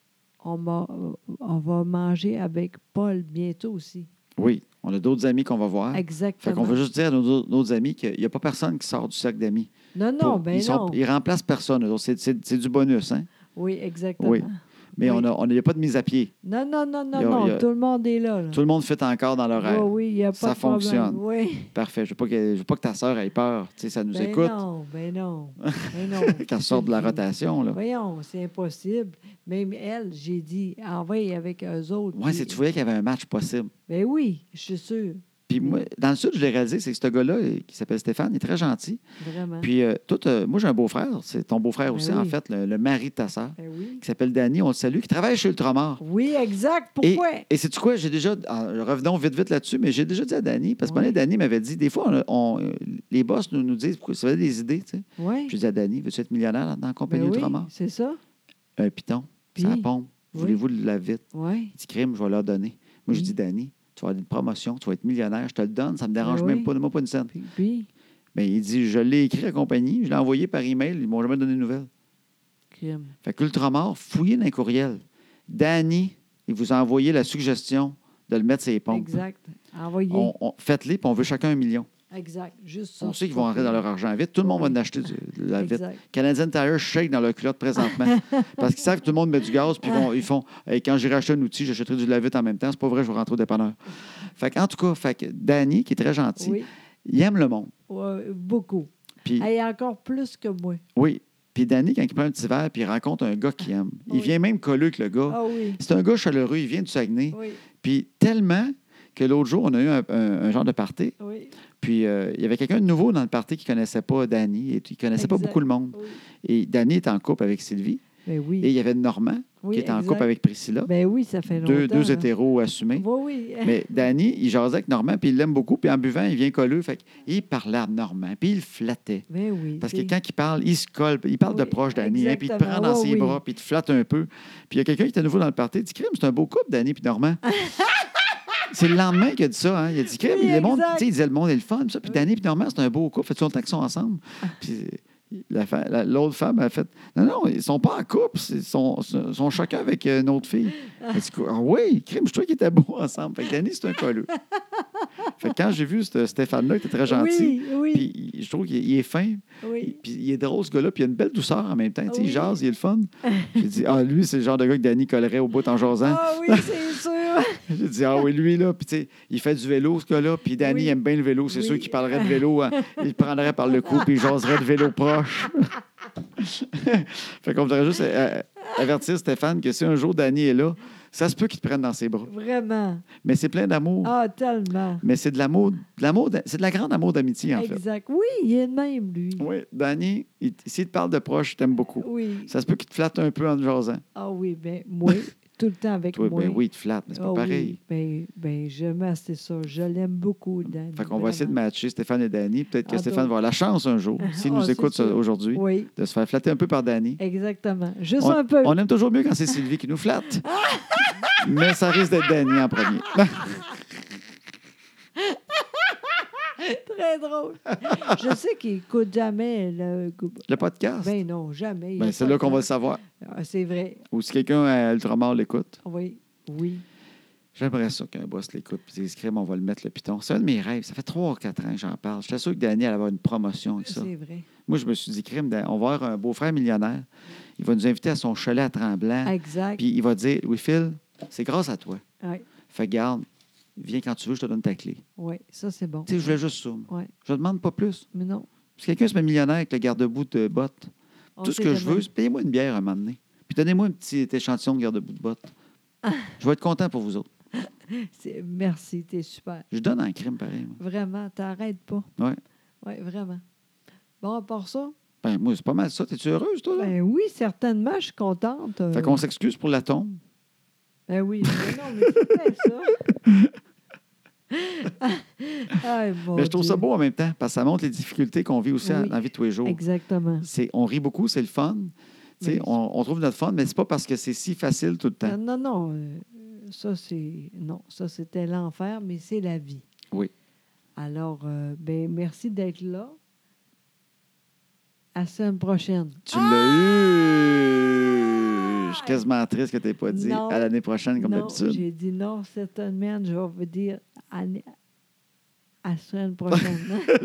on, m'a- on va manger avec Paul bientôt aussi. Oui. On a d'autres amis qu'on va voir. Fait Exactement. qu'on veut juste dire à nos, nos amis qu'il n'y a pas personne qui sort du cercle d'amis. Non, non, Pour- ben ils, sont- non. ils remplacent personne. eux autres. C'est, c'est- c'est du bonus, hein? Oui, exactement. Oui. Mais Oui. on a- on n'a pas de mise à pied. Non, non, non, non, Il y a- non. il y a- Tout le monde est là. là. Tout le monde fait encore dans l'horaire. Oui, oui, il n'y a pas Ça de problème. fonctionne. Oui. Parfait. Je ne veux, pas que- je veux pas que ta sœur ait peur. Tu sais, ça nous Ben écoute. non, ben non. Ben non. Qu'elle sorte de la C'est- rotation. Là. Voyons, c'est impossible. Même elle, j'ai dit, envoie avec eux autres. Oui, puis- c'est tu voyais qu'il y avait un match possible. Ben oui, je suis sûre. Puis moi, dans le sud, je l'ai réalisé, c'est que ce gars-là, euh, qui s'appelle Stéphane, il est très gentil. Vraiment. Puis euh, toi, t'as- moi, j'ai un beau-frère, c'est ton beau-frère Ben aussi, oui. en fait, le, le mari de ta sœur, Ben oui. qui s'appelle Danny, on le salue, qui travaille chez Ultramar. Oui, exact. Et, Pourquoi? et c'est-tu quoi? J'ai déjà, en- revenons vite, vite là-dessus, mais j'ai déjà dit à Danny, parce que Oui. oui. Danny m'avait dit, des fois, on, a- on, euh, les boss nous, nous disent, pourquoi ça avait des idées, tu sais. Oui. Je dis à Danny, veux-tu être millionnaire dans la compagnie Ben oui, Ultramar? c'est ça. Un piton, Puis? ça pompe, Oui. voulez-vous de la vite? Oui. Petit crime, je vais leur donner. Moi, je Oui. dis, Danny, tu vas avoir une promotion, tu vas être millionnaire, je te le donne, ça ne me dérange Ben même oui. pas, donne-moi pas une scène. Puis, puis Bien, il dit, je l'ai écrit à la compagnie, je l'ai envoyé par email, ils ne m'ont jamais donné de nouvelles. crime. Fait qu'Ultramar, fouillez dans les courriels. Danny, il vous a envoyé la suggestion de le mettre sur les pompes. Exact. Envoyez. On, on- faites-les, puis on veut chacun un million. Exact. Juste ça. On sait qu'ils vont rentrer dans leur argent vite. Tout le monde va en acheter du- de la vite. Exact. Canadian Tire shake dans leur culotte présentement. Parce qu'ils savent que tout le monde met du gaz, puis ils, vont- ils font hey, quand j'irai acheter un outil, j'achèterai du lave-vite en même temps. C'est pas vrai, je vais rentrer au dépanneur. Fait en tout cas, fait que Danny, qui est très gentil, Oui. il aime le monde. Ouais, beaucoup. Puis, Et encore plus que moi. oui. Puis Danny, quand il prend un petit verre, puis il rencontre un gars qu'il aime, il Oui. vient même coller avec le gars. Ah oui. C'est un gars chaleureux, il vient du Saguenay. Oui. Puis tellement que l'autre jour, on a eu un, un- un genre de party. Oui. Puis euh, il y avait quelqu'un de nouveau dans le party qui ne connaissait pas Danny et qui ne connaissait pas Exact. beaucoup le monde. Oui. Et Danny est en couple avec Sylvie. Ben oui. Et il y avait Normand Oui, qui est en exact. couple avec Priscilla. Ben oui, ça fait longtemps. deux deux là. hétéros assumés. Oui, oui. Mais Danny, il jasait avec Normand, puis il l'aime beaucoup. Puis en buvant, il vient coller. Fait qu'il parlait à Normand, puis il le flattait. Ben oui. Parce que t'sais. quand il parle, il se colle. Il parle de Oui, proche, Danny. Hein, puis il te prend exactement. dans Oui, ses oui. bras, puis il te flatte un peu. Puis il y a quelqu'un qui était nouveau dans le party. Il dit, crime, c'est un beau couple, Danny puis Normand. C'est le lendemain qu'il a dit ça. Hein. Il a dit que Oui, le monde, exact. tu sais, il disait le monde est le fun. Ça. Puis Oui. Danny et Normand, c'est un beau couple. Ça fait longtemps qu'ils sont ensemble. Puis la fa- la- l'autre femme a fait non, non, ils sont pas en couple. Ils sont, sont, sont chacun avec une autre fille. Elle dit ah oui, crime, je trouvais qu'ils étaient beaux ensemble. Fait que Danny, c'est un colleux. Fait que quand j'ai vu ce Stéphane-là, qui était très gentil, Oui, oui, puis je trouve qu'il il est fin, oui. puis il est drôle, ce gars-là, puis il a une belle douceur en même temps. Tu sais, Oui. il jase, il est le fun. J'ai dit, ah, lui, c'est le genre de gars que Danny collerait au bout en jasant. Ah oui, c'est sûr. J'ai dit, ah oui, lui, là, puis tu sais, il fait du vélo, ce gars-là, puis Danny Oui. aime bien le vélo. C'est Oui. sûr qu'il parlerait de vélo, hein. Il le prendrait par le cou, puis il jaserait de vélo proche. Fait qu'on voudrait juste euh, avertir Stéphane que si un jour Danny est là, ça se peut qu'il te prenne dans ses bras. Vraiment. Mais c'est plein d'amour. Ah, tellement. Mais c'est de l'amour, de l'amour, de- c'est de la grande amour d'amitié, en fait. Exact. Oui, il est de même, lui. Oui, Danny, il- s'il te parle de proche, je t'aime beaucoup. Oui. Ça se peut qu'il te flatte un peu en te jasant. Ah oui, bien, moi, tout le temps avec Toi, moi. ben oui, il te flatte, mais c'est pas Ah pareil. Oui, ben, ben, j'aime c'est ça. Je l'aime beaucoup, Dan. Fait qu'on va essayer de matcher Stéphane et Danny. Peut-être que Ah, Stéphane donc- va avoir la chance un jour, s'il Ah, nous c'est écoute ça sûr. aujourd'hui, Oui, de se faire flatter un peu par Danny. exactement. Juste On, un peu. on aime toujours mieux quand c'est Sylvie qui nous flatte. Mais ça risque d'être Danny en premier. Très drôle. Je sais qu'il n'écoute jamais le. Le podcast, Ben non, jamais. Il ben, a c'est pas là le qu'on va le temps. savoir. Ah, c'est vrai. Ou si quelqu'un à Ultramar l'écoute. Oui, oui. J'aimerais ça qu'un boss l'écoute puis dise crème, on va le mettre le piton. C'est un de mes rêves. Ça fait trois ou quatre ans que j'en parle. J'étais sûr que Danny allait avoir une promotion avec ça. C'est vrai. Moi, je me suis dit, crème, on va avoir un beau-frère millionnaire. Il va nous inviter à son chalet à Tremblant. Exact. Puis il va dire, Louis-Phil, c'est grâce à toi. Oui, Fait garde, viens quand tu veux, je te donne ta clé. oui, ça, c'est bon. Tu sais, je voulais juste ça. moi. Oui, Je ne demande pas plus. mais non. Si quelqu'un se met millionnaire avec le garde-bout de bottes, On tout ce sait que je jamais. veux, c'est payez-moi une bière à un moment donné. Puis donnez-moi un petit échantillon de garde-bout de bottes. Je vais être content pour vous autres. C'est- Merci, t'es super. Je donne en crime pareil. moi. Vraiment, t'arrêtes pas. Ouais. Oui, vraiment. Bon, à part ça, Ben, moi, c'est pas mal ça. T'es-tu heureuse, toi? Là? ben oui, certainement, je suis contente. euh. Fait qu'on s'excuse pour la tombe. Ben oui, mais non, mais c'est bien ça. Ay, mon Mais je trouve ça Dieu. beau en même temps, parce que ça montre les difficultés qu'on vit aussi en- Oui. dans la vie de tous les jours. Exactement. C'est, on rit beaucoup, c'est le fun. Tu sais, Oui. on, on trouve notre fun, mais c'est pas parce que c'est si facile tout le temps. Euh, Non, non, euh, ça c'est non, ça c'était l'enfer, mais c'est la vie. Oui. Alors, euh, ben merci d'être là. À la semaine prochaine. Tu l'as eu! Je suis quasiment triste que tu n'aies pas dit Non. à l'année prochaine, comme non, d'habitude. j'ai dit non, certainement, je vais vous dire à, à la semaine prochaine.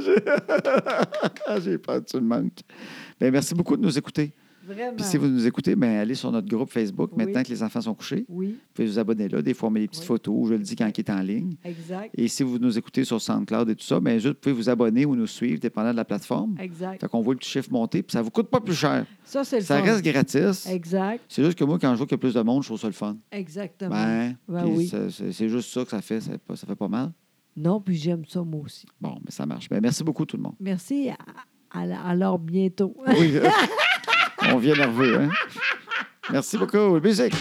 J'ai peur que tu me manques. Ben, merci beaucoup de nous écouter. Vraiment. Puis si vous nous écoutez, ben, allez sur notre groupe Facebook Oui. maintenant que les enfants sont couchés. Oui, Vous pouvez vous abonner là. Des fois, on met des petites Oui. photos. Je le dis quand il est en ligne. exact. Et si vous nous écoutez sur SoundCloud et tout ça, bien, juste, vous pouvez vous abonner ou nous suivre, dépendant de la plateforme. Exact. Fait qu'on voit le petit chiffre monter, puis ça ne vous coûte pas plus cher. Ça, c'est le Ça fun. reste gratis. Exact. C'est juste que moi, quand je vois qu'il y a plus de monde, je trouve ça le fun. Exactement. Ben, Ben puis oui. ça- c'est c'est juste ça que ça fait. Ça fait pas, ça fait pas mal. Non, puis j'aime ça, moi aussi. Bon, mais ça marche. Ben, merci beaucoup, tout le monde. Merci. À, à- alors, bientôt. Oui. On vient nerveux, hein? Merci beaucoup. Musique.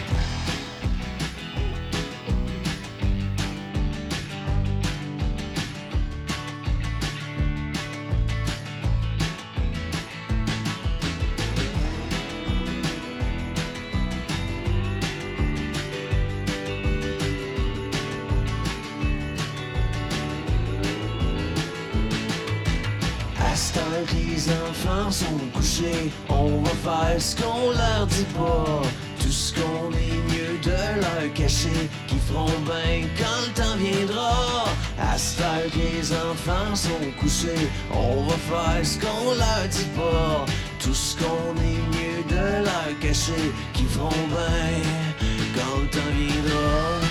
À ce temps que les enfants sont couchés, on va faire ce qu'on leur dit pas. Tout ce qu'on est mieux de leur cacher, qui feront bien quand le temps viendra. À ce temps que les enfants sont couchés, on va faire ce qu'on leur dit pas. Tout ce qu'on est mieux de leur cacher, qui feront bien quand le temps viendra.